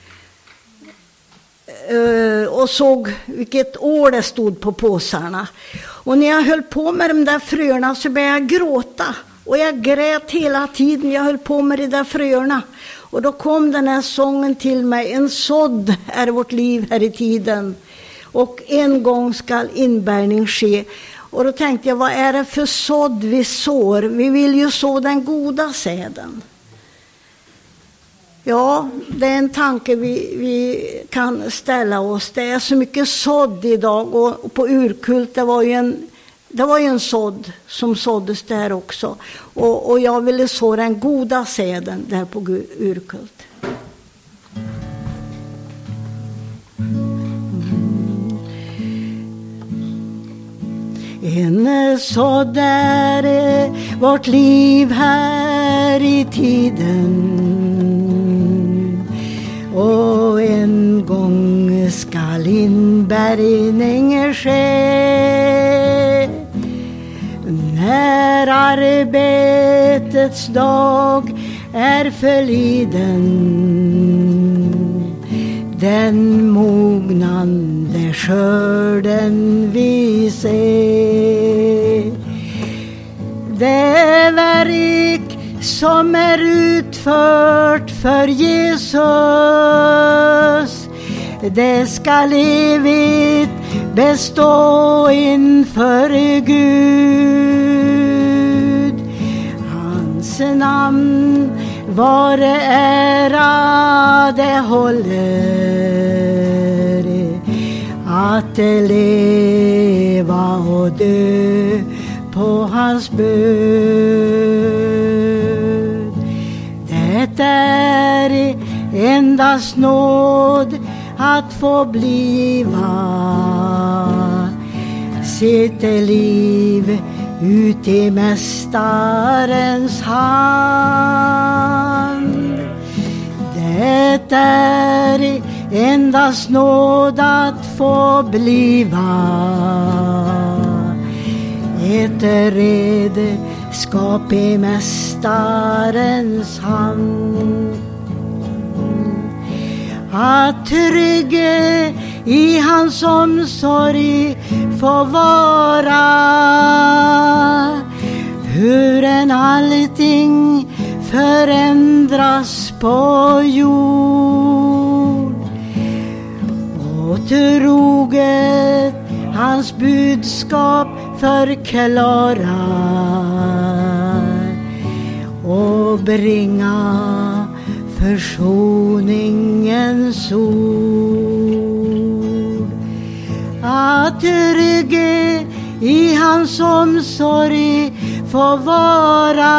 Uh, och såg vilket år det stod på påsarna. Och när jag höll på med de där fröerna så började jag gråta. Och jag grät hela tiden jag höll på med de där fröerna. Och då kom den här sången till mig. En sådd är vårt liv här i tiden. Och en gång ska inbärgning ske. Och då tänkte jag, vad är det för sådd vi sår? Vi vill ju så den goda säden. Ja, det är en tanke vi, vi kan ställa oss. Det är så mycket sådd idag, och, och på Urkult det var ju en, det var ju en sådd som såddes där också. Och, och jag ville så den goda säden där på Urkult. En sådd är vårt liv här i tiden. Och en gång skall inbärgning ske, när arbetets dag är förliden, den mognande skörden vi ser. Det verk som är utfört för Jesus, det skall evigt bestå inför Gud. Hans namn vare ära det håller att leva och dö på hans bön. Det är endast nåd att få bliva sitt liv ut i mästarens hand. Det är endast nåd att få bliva ett redskap i mästarens hand. Att trygge i hans omsorg få vara, hur en allting förändras på jord, och troget hans budskap förklara och bringa försoningens ord. Att trygge i hans omsorg få vara,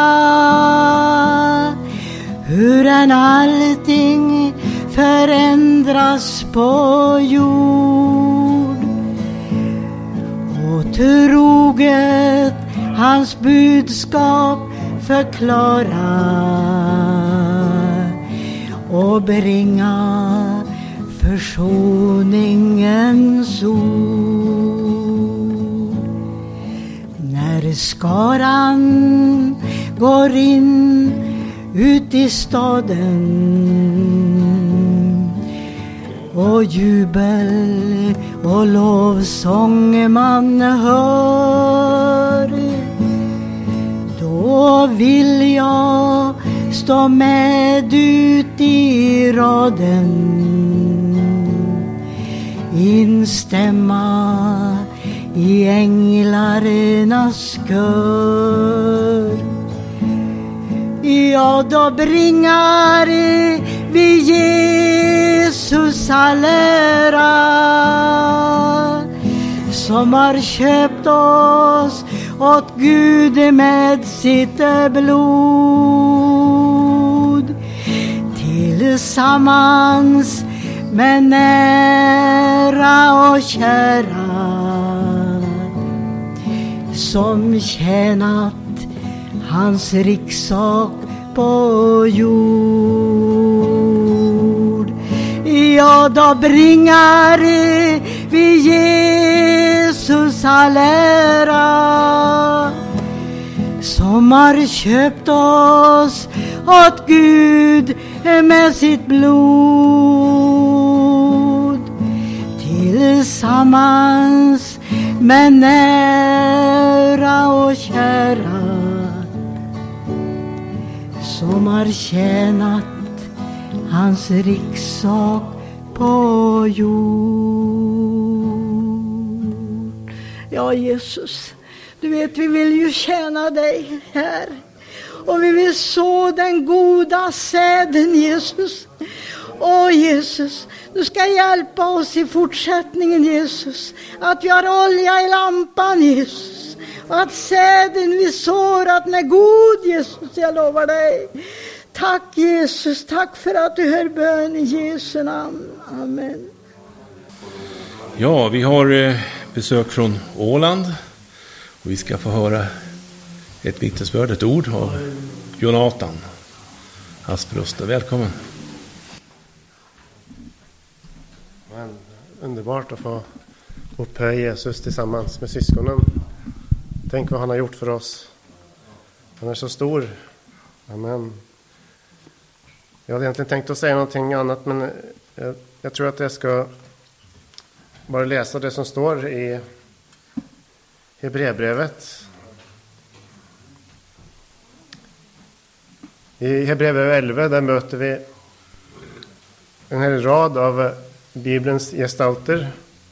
hur en allting förändras på jord, och troget hans budskap förklara och bringa försoningens ord. När skaran går in ut i staden och jubel och lovsång man hör, då vill jag stå med ut i raden, instämma i änglarnas kör. Ja, då bringar vi Jesus all ära, som har köpt oss åt Gud med sitt blod. Tillsammans med nära och kära, som tjänat hans rikssak på jord. Ja, då bringar vi Jesus all ära, som har köpt oss åt Gud med sitt blod. Tillsammans med nära och kära, som har tjänat hans rikssak på jord. Ja, Jesus, du vet, vi vill ju tjäna dig här. Och vi vill så den goda säden, Jesus. Åh, Jesus, du ska hjälpa oss i fortsättningen, Jesus. Att vi har olja i lampan, Jesus. Och att säden vi sår, att den är god, Jesus, jag lovar dig. Tack, Jesus, tack för att du hör bön i Jesu namn. Amen. Ja, vi har besök från Åland. Och vi ska få höra ett vittnesbörd, ett ord av Jonathan Asperusta. Välkommen. Men, underbart att få upphöja Jesus tillsammans med syskonen. Tänk vad han har gjort för oss. Han är så stor. Amen. Jag hade egentligen tänkt att säga någonting annat, men jag, jag tror att jag ska bara läsa det som står i Hebreerbrevet. I Hebreerbrevet elva, där möter vi en hel rad av Bibelns gestalter.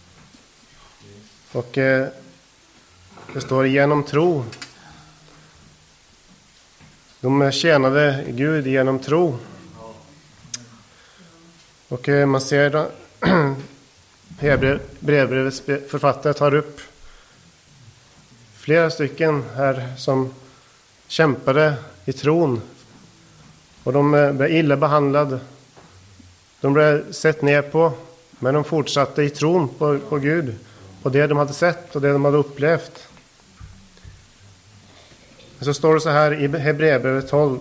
Och eh, det står genom tro De tjänade Gud genom tro. Och man ser Hebreerbrevets författare tar upp flera stycken här som kämpade i tron. Och de blev illa behandlade. De blev sett ner på, men de fortsatte i tron på, på Gud. På det de hade sett och det de hade upplevt. Så står det så här i Hebreerbrevet tolv.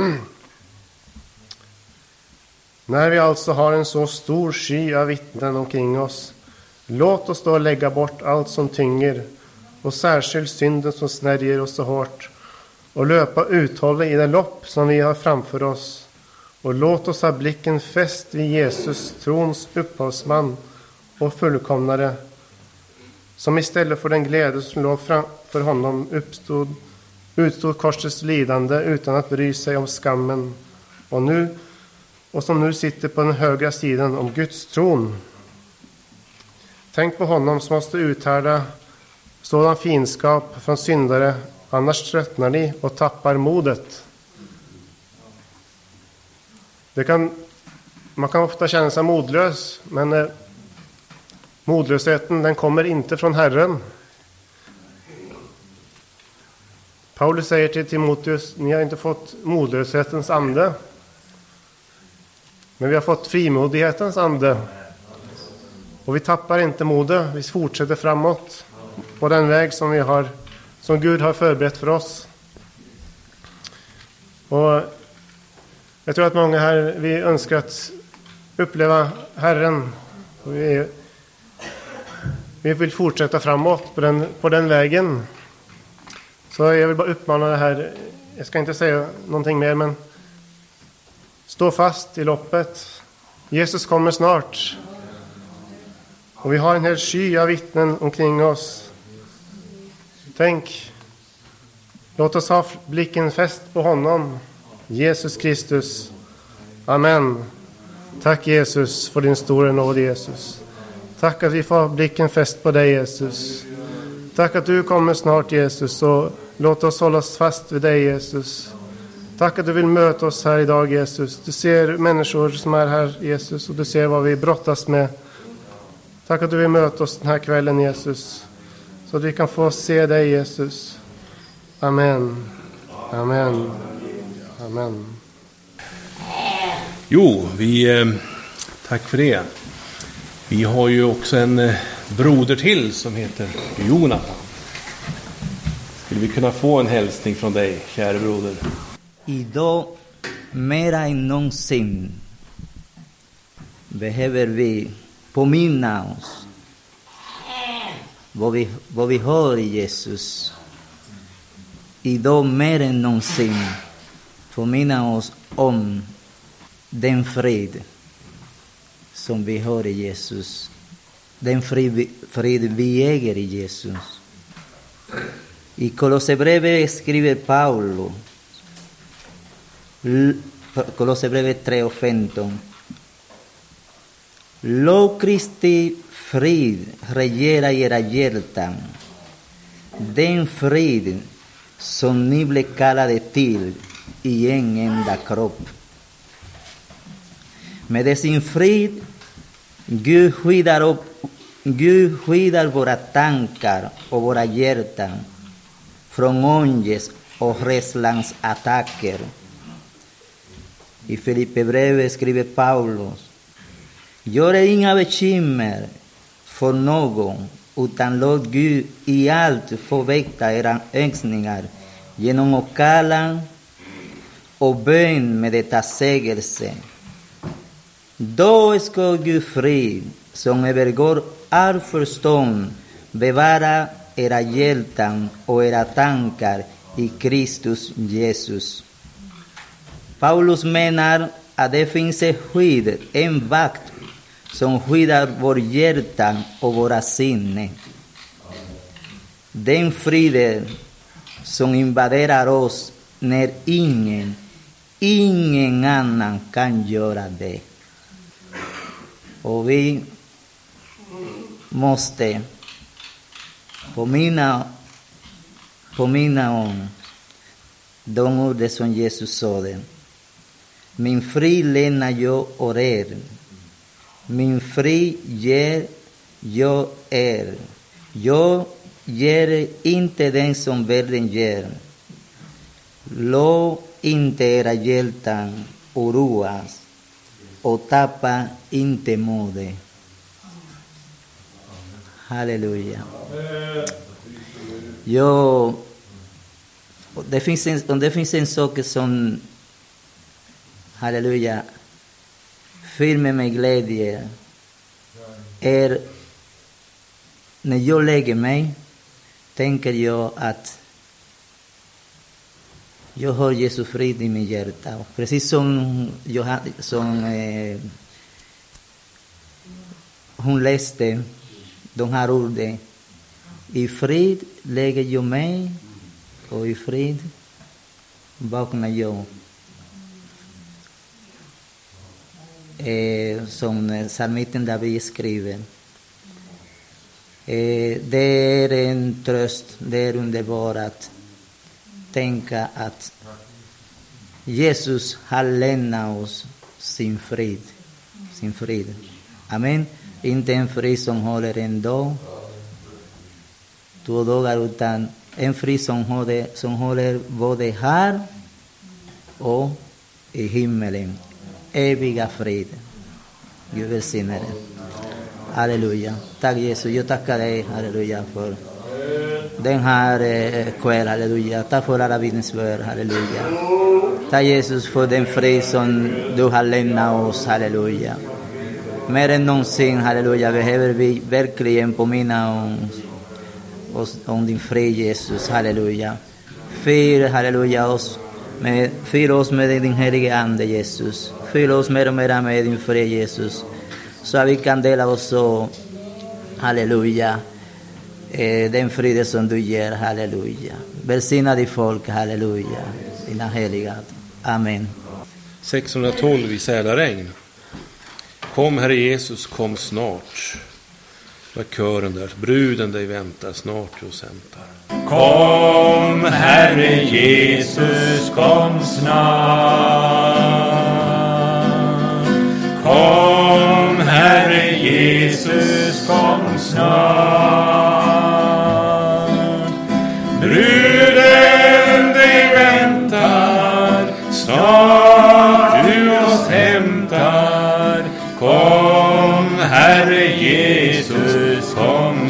När vi alltså har en så stor sky av vittnen omkring oss, låt oss då lägga bort allt som tynger och särskilt synden som snärjer oss så hårt och löpa uthålligt i det lopp som vi har framför oss. Och låt oss ha blicken fäst vid Jesus, trons upphovsman och fullkomnare, som istället för den glädje som låg framför honom uppstod, utstod korsets lidande utan att bry sig om skammen, och nu och som nu sitter på den högra sidan om Guds tron. Tänk på honom som måste uthärda sådan fiendskap från syndare, annars tröttnar ni och tappar modet. Det kan, man kan ofta känna sig modlös, men eh, modlösheten den kommer inte från Herren. Paulus säger till Timoteus, ni har inte fått modlöshetens ande, men vi har fått frimodighetens ande. Och vi tappar inte modet, vi fortsätter framåt på den väg som vi har, som Gud har förberett för oss. Och jag tror att många här, vi önskar att uppleva Herren. Och vi, vi vill fortsätta framåt på den, på den vägen. Så jag vill bara uppmana det här, jag ska inte säga någonting mer, men stå fast i loppet. Jesus kommer snart. Och vi har en hel sky av vittnen omkring oss. Tänk, låt oss ha blicken fäst på honom, Jesus Kristus. Amen. Tack Jesus för din stora nåd, Jesus. Tack att vi får blicken fäst på dig, Jesus. Tack att du kommer snart, Jesus, och låt oss hålla oss fast vid dig, Jesus. Tack att du vill möta oss här idag, Jesus. Du ser människor som är här, Jesus, och du ser vad vi brottas med. Tack att du vill möta oss den här kvällen, Jesus, så att vi kan få se dig, Jesus. Amen. Amen. Amen. Jo, vi eh, tack för det. Vi har ju också en eh, broder till som heter Jonathan. Skulle vi kunna få en hälsning från dig, kära broder? Idag mera än någonsin behöver vi påminna oss vad vi, vad vi har i Jesus. Idag mer än någonsin påminna oss om den frid som vi har i Jesus. Den frid, frid vi äger i Jesus. I Kolosserbrevet skriver Paulus, Kolosserbrevet tre och femton. Låt Kristi frid regera i era hjärtan. Den frid som ni blev kallade till i en enda kropp. Med sin frid Gud skyddar, upp, Gud skyddar våra tankar och våra hjärtan från ångest och rädslans attacker. I Filipperbrevet skriver Paulus: gör inga bekymmer för någon, utan låt Gud i allt förväcka era önskningar genom åkallan och bön med detta sägelse. Då ska Gud frid, som övergår all förstånd, bevara era hjärtan och era tankar i Kristus Jesus. Paulus menar att det finns ett skydd, en vakt, som skyddar vår hjärtan och våra sinne. Den friden som invaderar oss när ingen, ingen annan kan göra det. Och vi måste påminna, påminna om de ord som Jesus sade. Min frid lämnar jag åt er. Min frid ger jag er. Jag ger inte den som världen ger. Låt inte era hjältar oroas och tappa inte modet. Halleluja. Jag, det finns en, om det finns en sak som, halleluja, fyller med glädje, är när jag lägger mig, tänker jag att jag har Jesu frid i min hjärta. Precis som, jag, som eh, hon läste de här orden. I frid lägger jag mig och i frid vaknar jag. Eh, som psalmisten David skriver. Eh, det är en tröst, det är underbart att tänka att Jesus har lämnat oss sin frid. Sin frid. Amen. Inte en frid som håller en dag, två dagar, utan en frid som håller, som håller både här och i himmelen. Eviga frid. Gud välsigne dig. Halleluja. Tack Jesus. Jag tackar dig, halleluja, för den här eh, kväll, halleluja. Tack för alla vittnesbörd, halleluja. Tack Jesus för den frid som du har lämnat oss, halleluja. Mer än någonsin, halleluja, behöver vi verkligen påminna om, oss, om din frid, Jesus, halleluja. Fyr, halleluja, oss med, fyr oss med din helige ande, Jesus. Fyll oss mer och mer med din frid, Jesus. Så att vi kan dela oss så, halleluja, eh, den frid som du ger, halleluja. Välsigna ditt folk, halleluja, dina heliga. Amen. sexhundratolv i Sälaregn. Kom Herre Jesus, kom snart. Vad kören där, bruden dig väntar, snart hos hämtar. Kom Herre Jesus, kom snart. Kom Herre Jesus, kom snart. Bruden dig väntar, snart du oss hämtar. Kom Herre Jesus, kom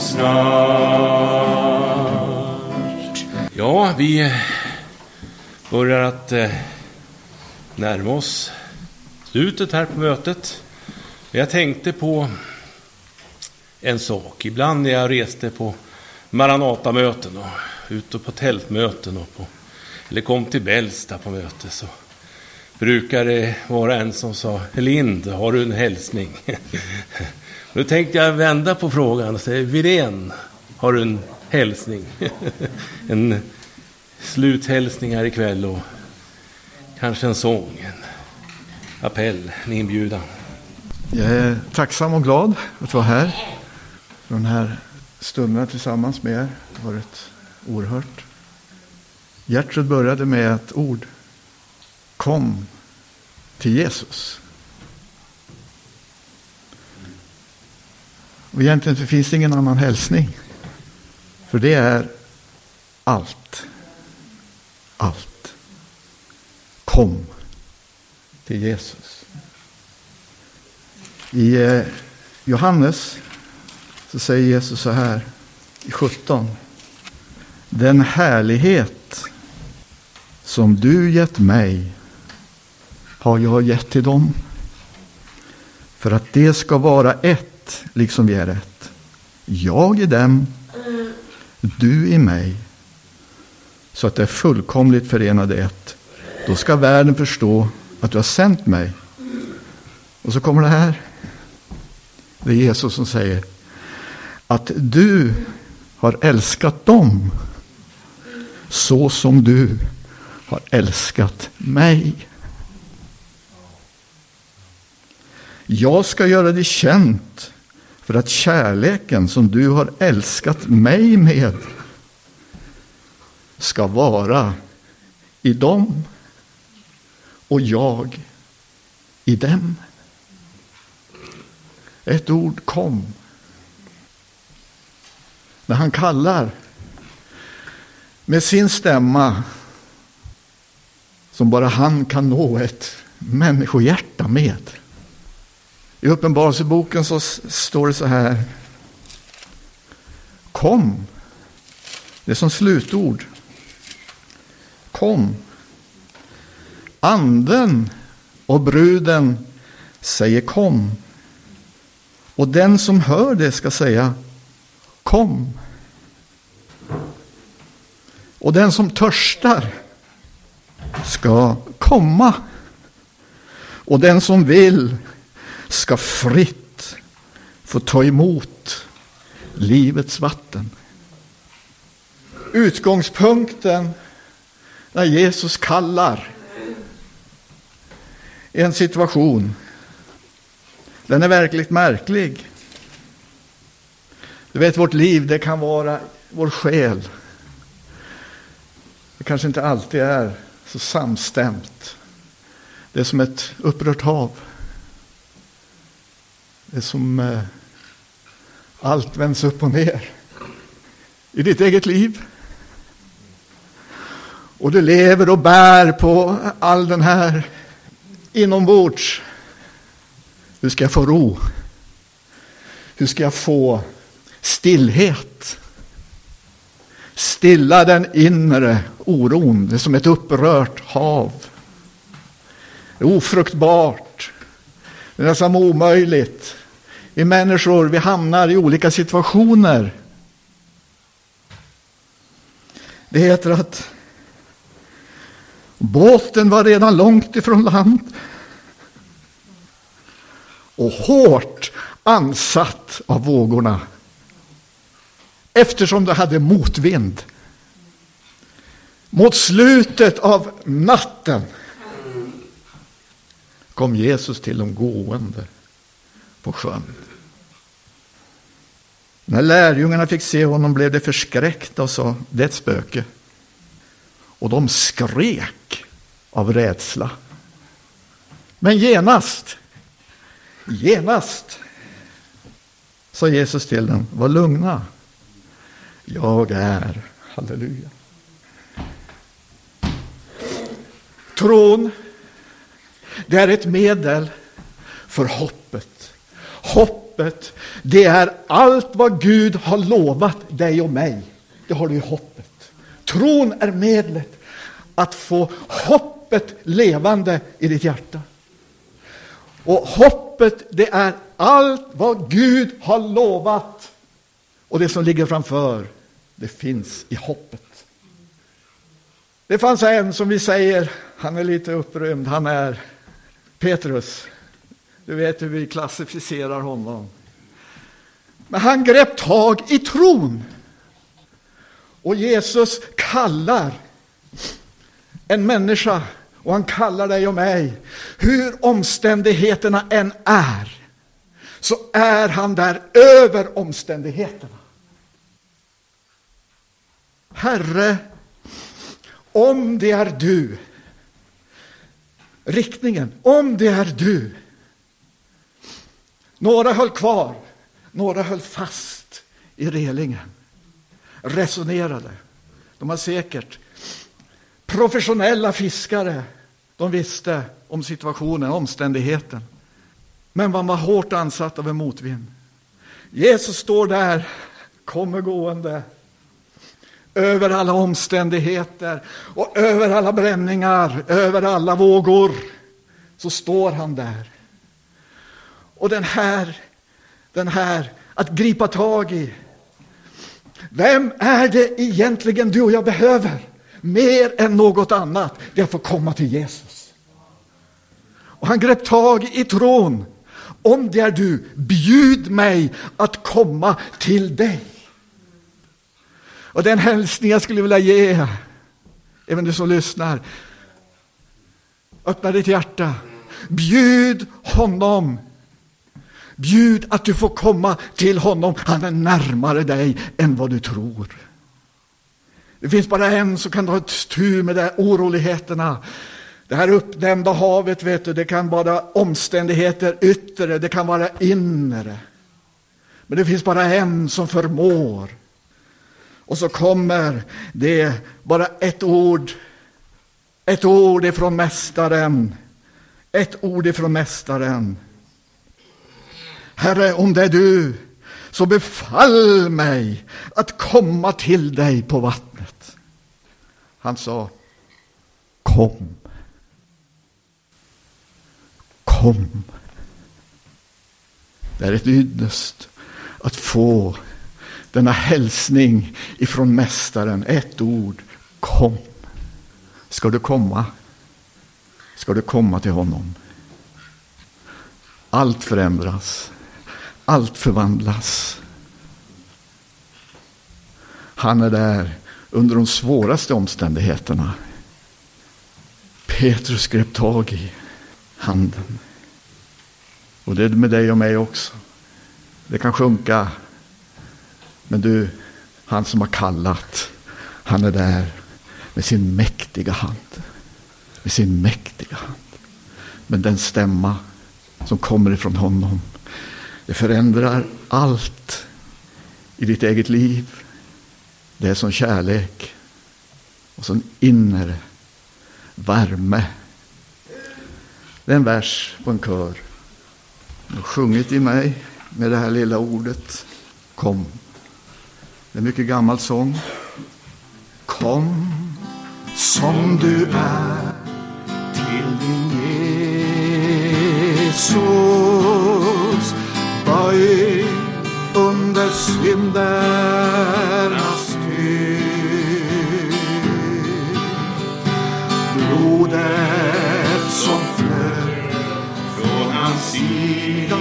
snart. Ja, vi börjar att eh, närma oss slutet här på mötet. Jag tänkte på en sak. Ibland när jag reste på Maranata-möten och ute på tältmöten och på, eller kom till Bällsta på möte, så brukar det vara en som sa: Lind, har du en hälsning? Då tänkte jag vända på frågan och säga: Virén, har du en hälsning? En sluthälsning här ikväll och kanske en sång, en appell, en inbjudan. Jag är tacksam och glad att vara här. Den här stunden tillsammans med er har varit oerhört. Gertrud började med ett ord: kom till Jesus. Och egentligen finns det ingen annan hälsning. För det är allt. Allt. Kom till Jesus. I eh, Johannes så säger Jesus så här i sjutton: den härlighet som du gett mig har jag gett till dem, för att det ska vara ett liksom vi är ett. Jag i dem, du i mig, så att det är fullkomligt förenade ett. Då ska världen förstå att du har sänt mig. Och så kommer det här. Det är Jesus som säger att du har älskat dem så som du har älskat mig. Jag ska göra det känt för att kärleken som du har älskat mig med ska vara i dem och jag i dem. Ett ord, kom. När han kallar med sin stämma som bara han kan nå ett människohjärta med. I Uppenbarelseboken så står det så här: kom. Det är som slutord. Kom. Anden och bruden säger kom. Och den som hör det ska säga kom. Och den som törstar ska komma. Och den som vill ska fritt få ta emot livets vatten. Utgångspunkten när Jesus kallar i en situation, den är verkligt märklig. Du vet, vårt liv, det kan vara vår själ. Det kanske inte alltid är så samstämt. Det är som ett upprört hav. Det är som eh, allt vänds upp och ner i ditt eget liv. Och du lever och bär på all den här inombords. Hur ska jag få ro? Hur ska jag få stillhet? Stilla den inre oron. Det är som ett upprört hav. Det är ofruktbart. Det är nästan omöjligt. Vi människor, vi hamnar i olika situationer. Det heter att båten var redan långt ifrån land och hårt ansatt av vågorna, eftersom det hade motvind. Mot slutet av natten kom Jesus till de gående på sjön. När lärjungarna fick se honom blev de förskräckta och sa: det är ett spöke. Och de skrek av rädsla. Men genast, genast sa Jesus till dem: var lugna. Jag är, halleluja. Tron, det är ett medel för hoppet. Hoppet, det är allt vad Gud har lovat dig och mig. Det har du i hoppet. Tron är medlet att få hoppet levande i ditt hjärta. Och hoppet, det är allt vad Gud har lovat. Och det som ligger framför, det finns i hoppet. Det fanns en som vi säger, han är lite upprymd, han är Petrus. Du vet hur vi klassificerar honom. Men han grepp tag i tron. Och Jesus kallar en människa, och han kallar dig och mig. Hur omständigheterna än är, så är han där över omständigheterna. Herre, om det är du, riktningen, om det är du. Några höll kvar, några höll fast i relingen. Resonerade. De var säkert professionella fiskare. De visste om situationen, omständigheten. Men man var hårt ansatt av en motvind. Jesus står där, kommer gående över alla omständigheter och över alla bränningar, över alla vågor. Så står han där. Och den här, den här att gripa tag i. Vem är det egentligen du och jag behöver? Mer än något annat, det är att få komma till Jesus. Och han grep tag i tron. Om det är du, bjud mig att komma till dig. Och den hälsning jag skulle vilja ge, även du som lyssnar. Öppna ditt hjärta. Bjud honom. Bjud att du får komma till honom. Han är närmare dig än vad du tror. Det finns bara en som kan ta ett tur med de här oroligheterna. Det här uppdämda havet, vet du, det kan vara omständigheter yttre, det kan vara inre. Men det finns bara en som förmår. Och så kommer det bara ett ord. Ett ord ifrån mästaren. Ett ord ifrån mästaren. Herre, om det är du, så befall mig att komma till dig på vattnet. Han sa, kom. Kom. Det är ett ynnest att få denna hälsning ifrån mästaren. Ett ord, kom. Ska du komma? Ska du komma till honom? Allt förändras. Allt förvandlas. Han är där under de svåraste omständigheterna. Petrus grep tag i handen. Och det är med dig och mig också. Det kan sjunka. Men du, han som har kallat, han är där med sin mäktiga hand. Med sin mäktiga hand. Men den stämma som kommer ifrån honom, det förändrar allt i ditt eget liv. Det är som kärlek och som inre värme. Det är en vers på en kör. Jag har sjungit i mig med det här lilla ordet. Kom. Det är en mycket gammal sång. Kom som du är till din Jesus. Böj under syndernas tyngd. Blodet som flöt från hans sida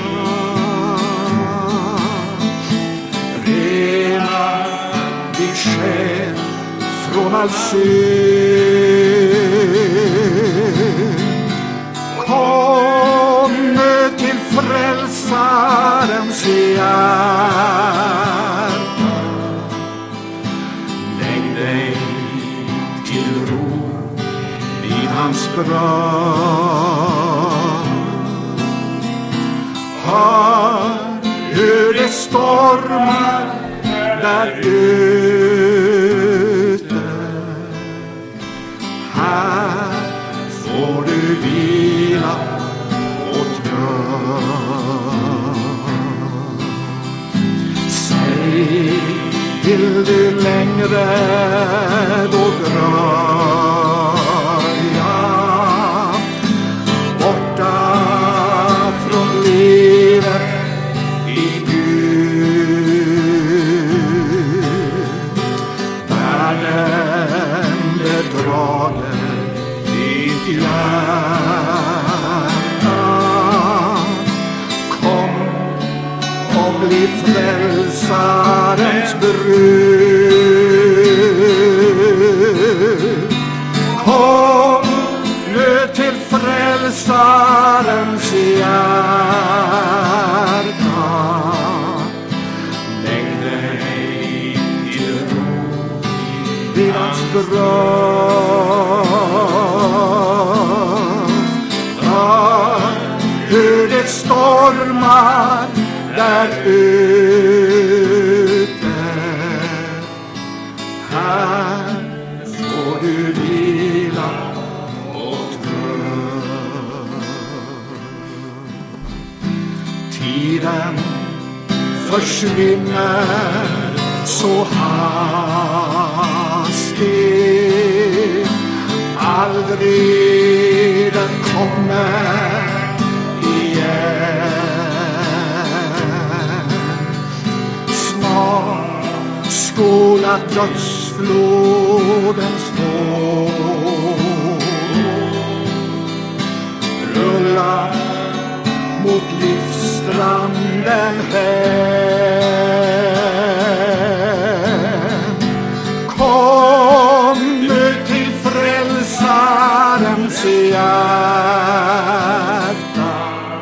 rena din själ från all synd. Kom nu till frälsarens hjärta. Lägg dig till ro vid hans bröd. Hör hur det stormar där ute. Här får du vila och tröst. Säg, vill du längre då dröja borta från livet i Gud? Världen bedrager ditt hjärta. Kom och bli frälsarens brud. Kom nu till frälsarens hjärta. Lägg dig till ro vid hans bröst. Hör hur det stormar där ute. Här får du vila och tröst. Tiden försvinner så hastigt. Aldrig den kommer igen. Snart skola dödsflodens våg rulla mot livsstranden hem. Kom nu till frälsarens hjärta.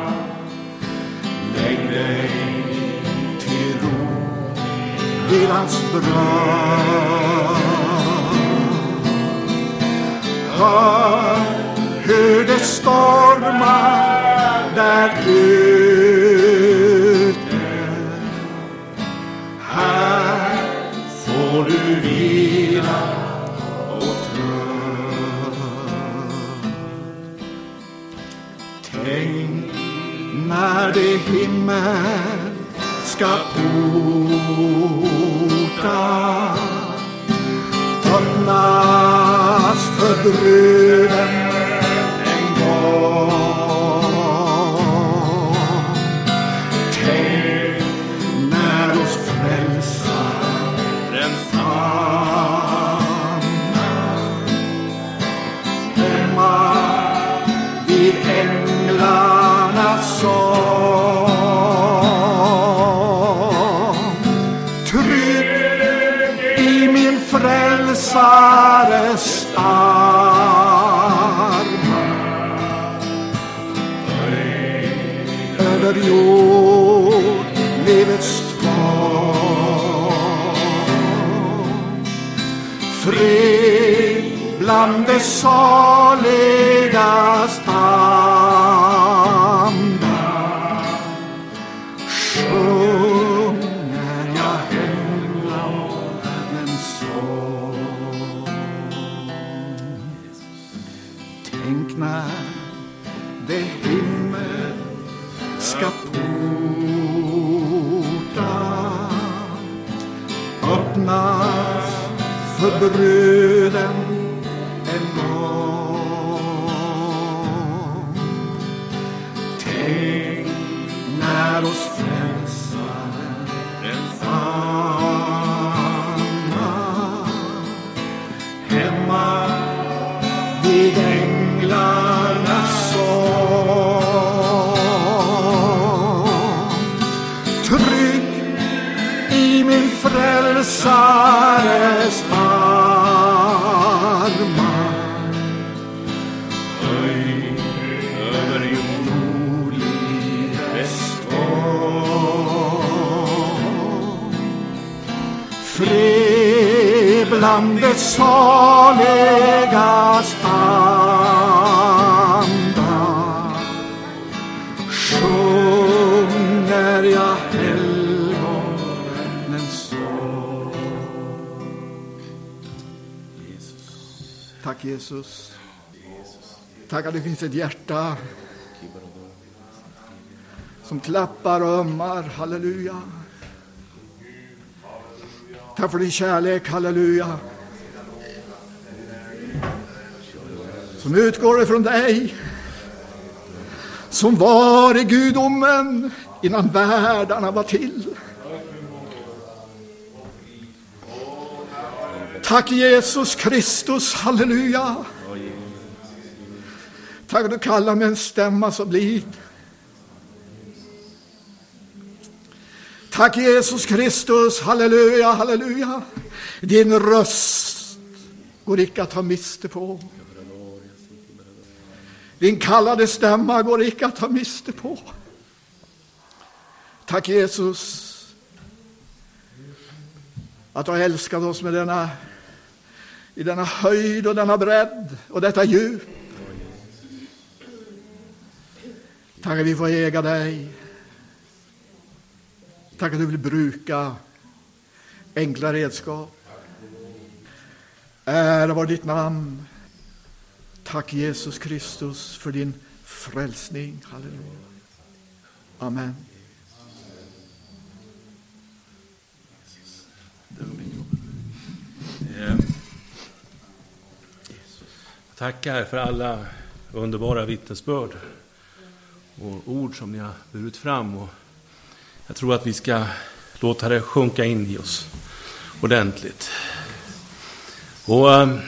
Lägg dig till ro vid hans bröst. hör hur det stormar där ute. Här får du vila och tröst. Tänk när det himmel ska porta öppnas för bruden en gång. Tänk när oss frälsaren famnar hemma vid änglarnas sång. Trygg i min frälsares armar, över jord livets tvång. Fred bland de saligas andar, sjunger jag hemlandens sång. Tänk när det himmel ska porta öppnas för bruden en gång. Tänk när oss frälsaren famnar hemma vid änglarnas sång. Trygg i min frälsares armar, höj över jord livets tvång. Fred bland de saligas andar, sjunger jag helgonens sång. Tack Jesus. Tack att det finns ett hjärta som klappar och ömmar. Halleluja. Tack för din kärlek. Halleluja. Som utgår ifrån dig, som var i gudomen innan världarna var till. Tack Jesus Kristus, halleluja. Tack att du kallar med en stämma så blid. Tack Jesus Kristus, halleluja, halleluja. Din röst går icke att ta miste på. Din kallade stämma går icke att ta miste på. Tack Jesus att du har älskat oss med denna, i denna höjd och denna bredd och detta djup. Tack att vi får äga dig. Tack att du vill bruka enkla redskap. Ära var ditt namn. Tack Jesus Kristus för din frälsning. Halleluja. Amen. Tackar för alla underbara vittnesbörd och ord som ni har burit fram. Och jag tror att vi ska låta det sjunka in i oss ordentligt. Och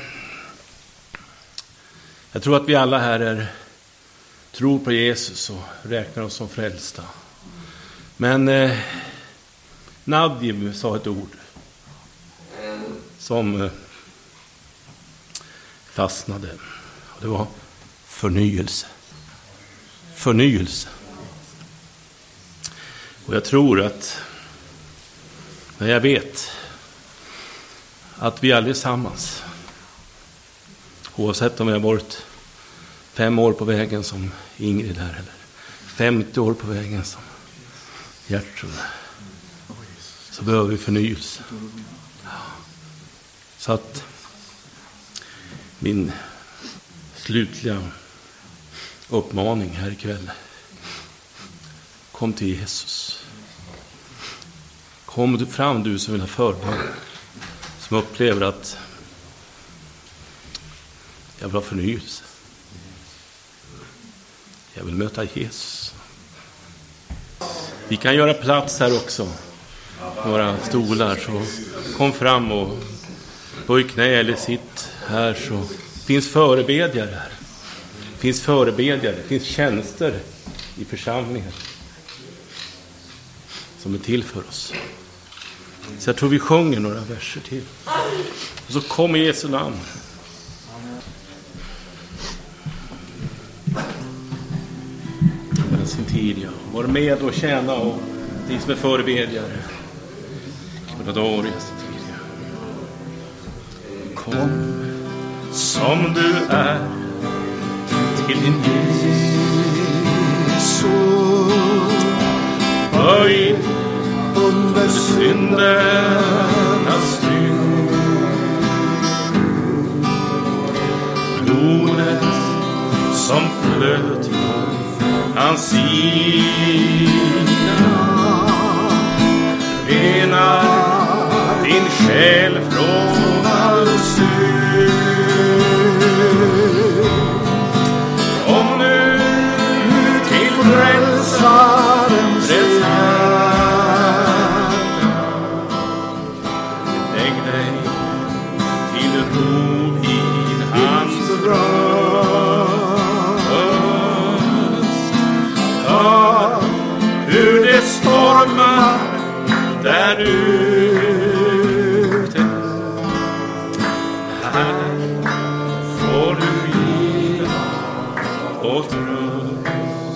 jag tror att vi alla här är, tror på Jesus och räknar oss som frälsta. Men eh, Nadjim sa ett ord som eh, fastnade. Och det var förnyelse. Förnyelse. Och jag tror att, men jag vet att vi allesammans Oavsett om jag har varit fem år på vägen som Ingrid här eller femtio år på vägen som Gertrud, så behöver vi förnyelse. Så att min slutliga uppmaning här ikväll: kom till Jesus. Kom du fram, du som vill ha förbön, som upplever att jag vill ha förnyelse. Jag vill möta Jesus. Vi kan göra plats här också. Några stolar, så kom fram och böj knä eller sitt här, så finns förebedjare här. Finns förebedjare, finns tjänster i församlingen som är till för oss. Så jag tror vi sjunger några verser till. Och så kommer Jesu namn. Med sin tid, ja. Var med och tjäna, och ni som är förebedjare. Kom som du är till din Jesus, böjd under syndernas tyngd. Blodet som flöt från hans sida renar din själ från all synd. Om nu till frälsarens hjärta, lägg dig till ro vid hans röst. Hör hur det stormar där ute. Här får du vila och tröst.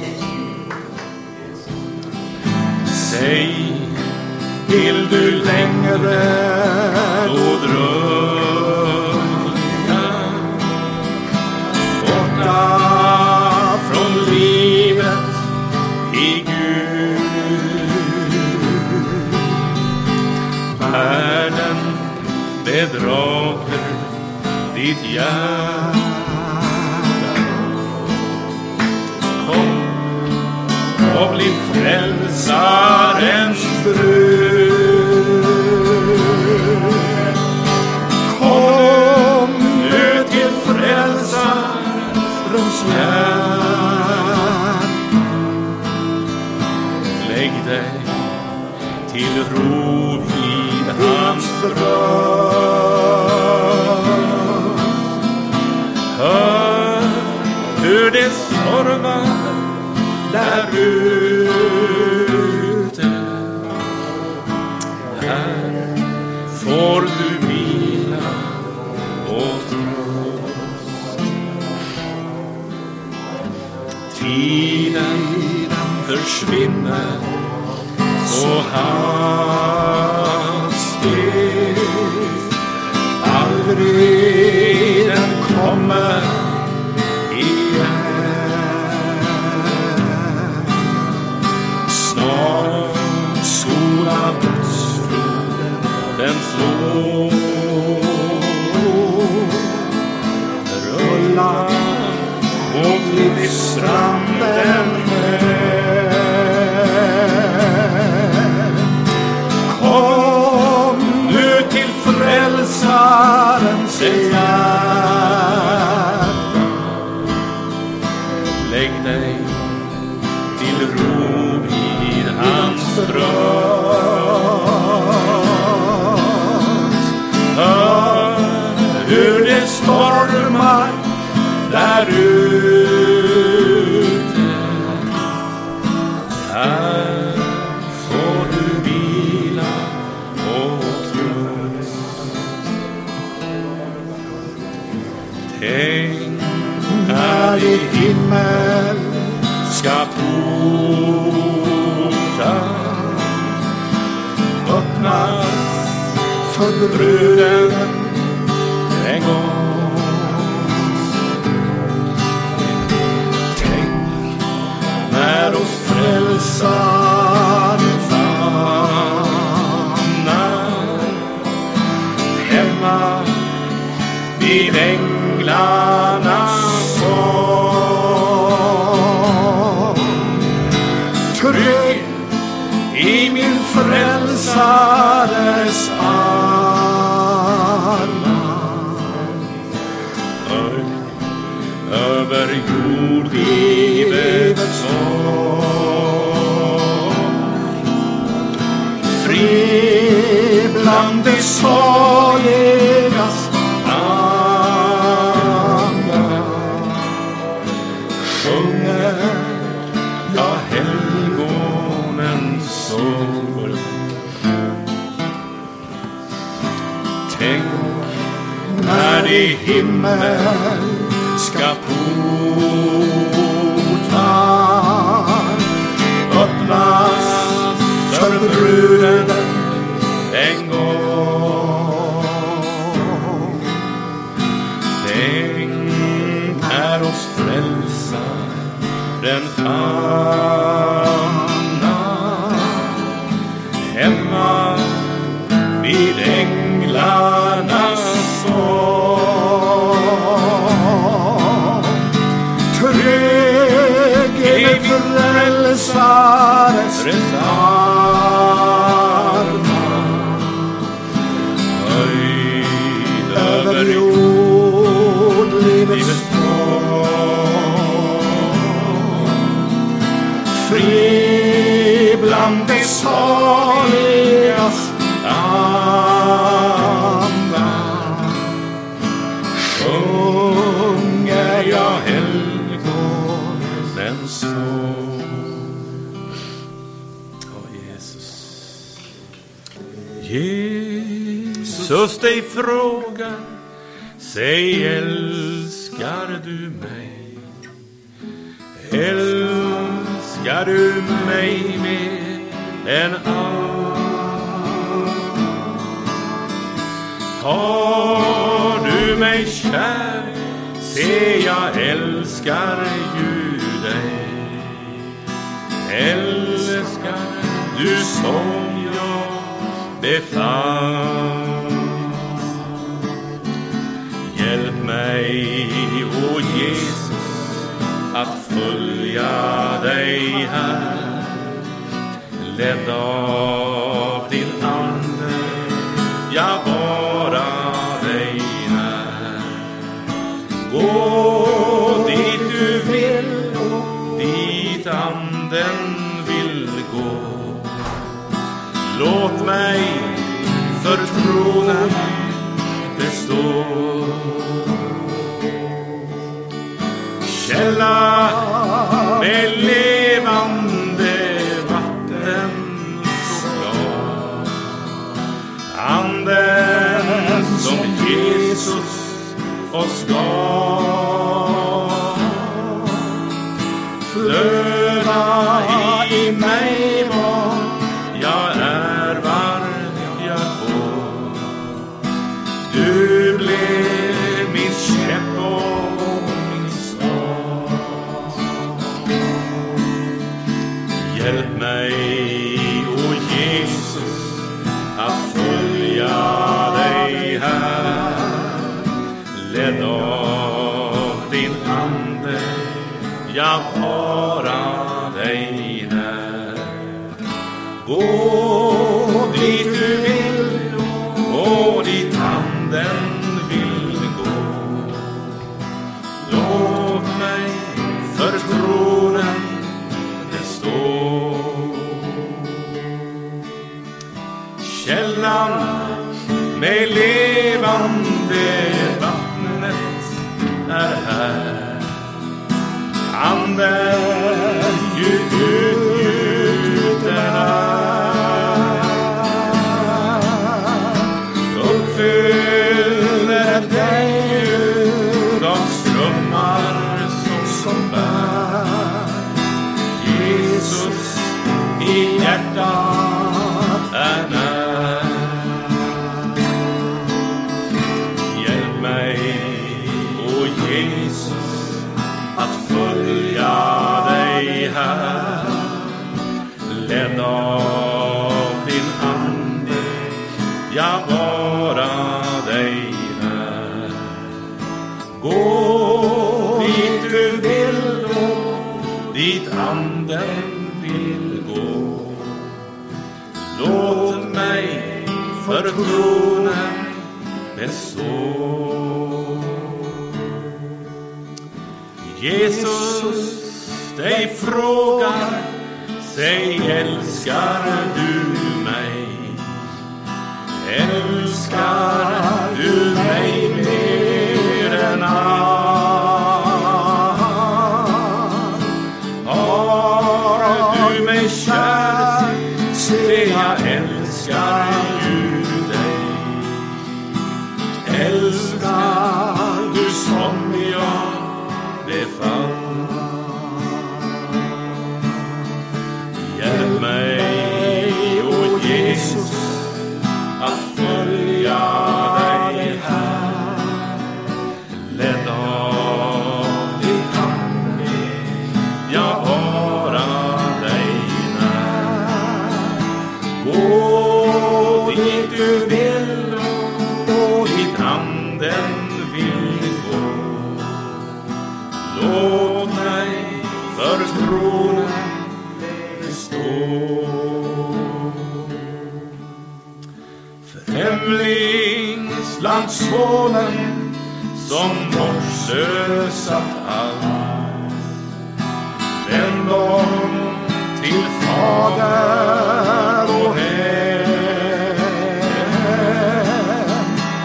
Säg, vill du längre då dröja borta från livet i Gud? Världen bedrager ditt hjärta. Kom och bli frälsarens brud. Kom nu till frälsarens hjärta. Lägg dig till ro vid hans bröst. Hör hur det stormar där ute. Här får du vila och tröst. Tiden försvinner så hastigt, aldrig den kommer igen. Snart skola dödsfloden den slår, rulla mot livsstranden med. Kom nu till frälsarens hjärta. Lägg dig till ro vid hans bröst. Hör hur det stormar där ute. Här får du vila och tröst. Tänk när i himmel ska portar öppnas för bruden en gång. de saligas anda. Sjunger jag helgonens sång. Tänk när de himmelska portar öppnas för bruden en gång. Tänk när oss frälsaren famnar hemma vid änglarnas sång. Trygg är frälsares armar, höjd över jord livets tåg. Fri bland de saligas anda, sjunger jag helgonens sång. Åh, Jesus. Jesus dig frågar, säg älskar du mig? Älskar du mig mer än allt? Har du mig kär, se jag älskar ju dig. Älskar du som jag befann. Hjälp mig, o Jesus, att följa dig här. Ledd av din ande, jag bara dig när. Gå dit du vill, dit anden vill gå. Låt mig för tronen bestå. Källa med levande vatten så klar. Anden som Jesus oss gav. Flöda i mig var jag är varmt jag får. Du blev min käpp och min stav. Hjälp mig, o Jesus, att följa dig här. Ledd av din ande, jag bara dig när. Gå dit du vill och dit anden vill gå. Låt mig för tronen bestå. Källan med levande vattnet är här. Anden ju utgjuten är. Uppfyller dig utav strömmar som bär. Jesus i hjärtat är när. Hjälp mig, o Jesus, att följa dig här. Ledd av din ande, jag bara dig när. Gå dit du vill och dit anden vill gå. Låt mig för tronen bestå. Jesus dig frågar, säg älskar du mig? Älskar älskar du mig mer än allt. Har du mig kär, se jag älskar ju dig. Älskar du som jag befann. Hjälp mig, o Jesus, att följa dig här. Ledd av din ande, jag vara dig när. Gå dit du vill och dit anden vill gå. Låt mig för tronen bestå. Främlingslandssonen som bortslösat allt, vänd om till Fader och hem.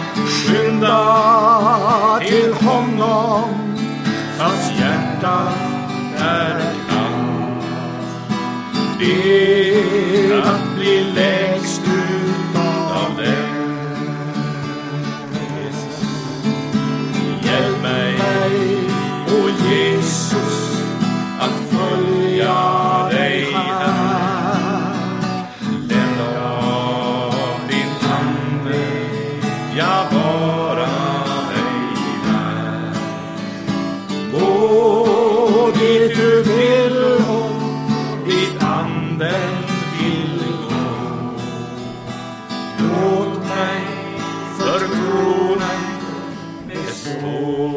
Skynda till honom fast hjärtat är kallt. Be att bli lägst ut av dem. Hjälp mig, o Jesus, att följa dig här. Ledd av din ande, jag vara dig när. Gå dit du vill och dit anden vill gå. Låt mig för tronen bestå.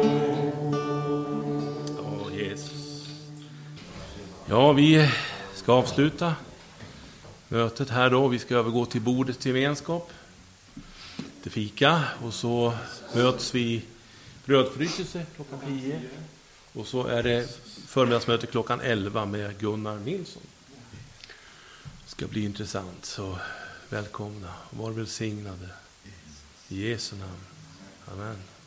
Åh, Jesus. Ja, vi ska avsluta mötet här då. Vi ska övergå till bordets gemenskap, till fika, och så möts vi brödfrytelse klockan tio. Och så är det förmiddagsmöte klockan elva med Gunnar Nilsson. Det ska bli intressant, så välkomna. Var välsignade. I Jesu namn. Amen.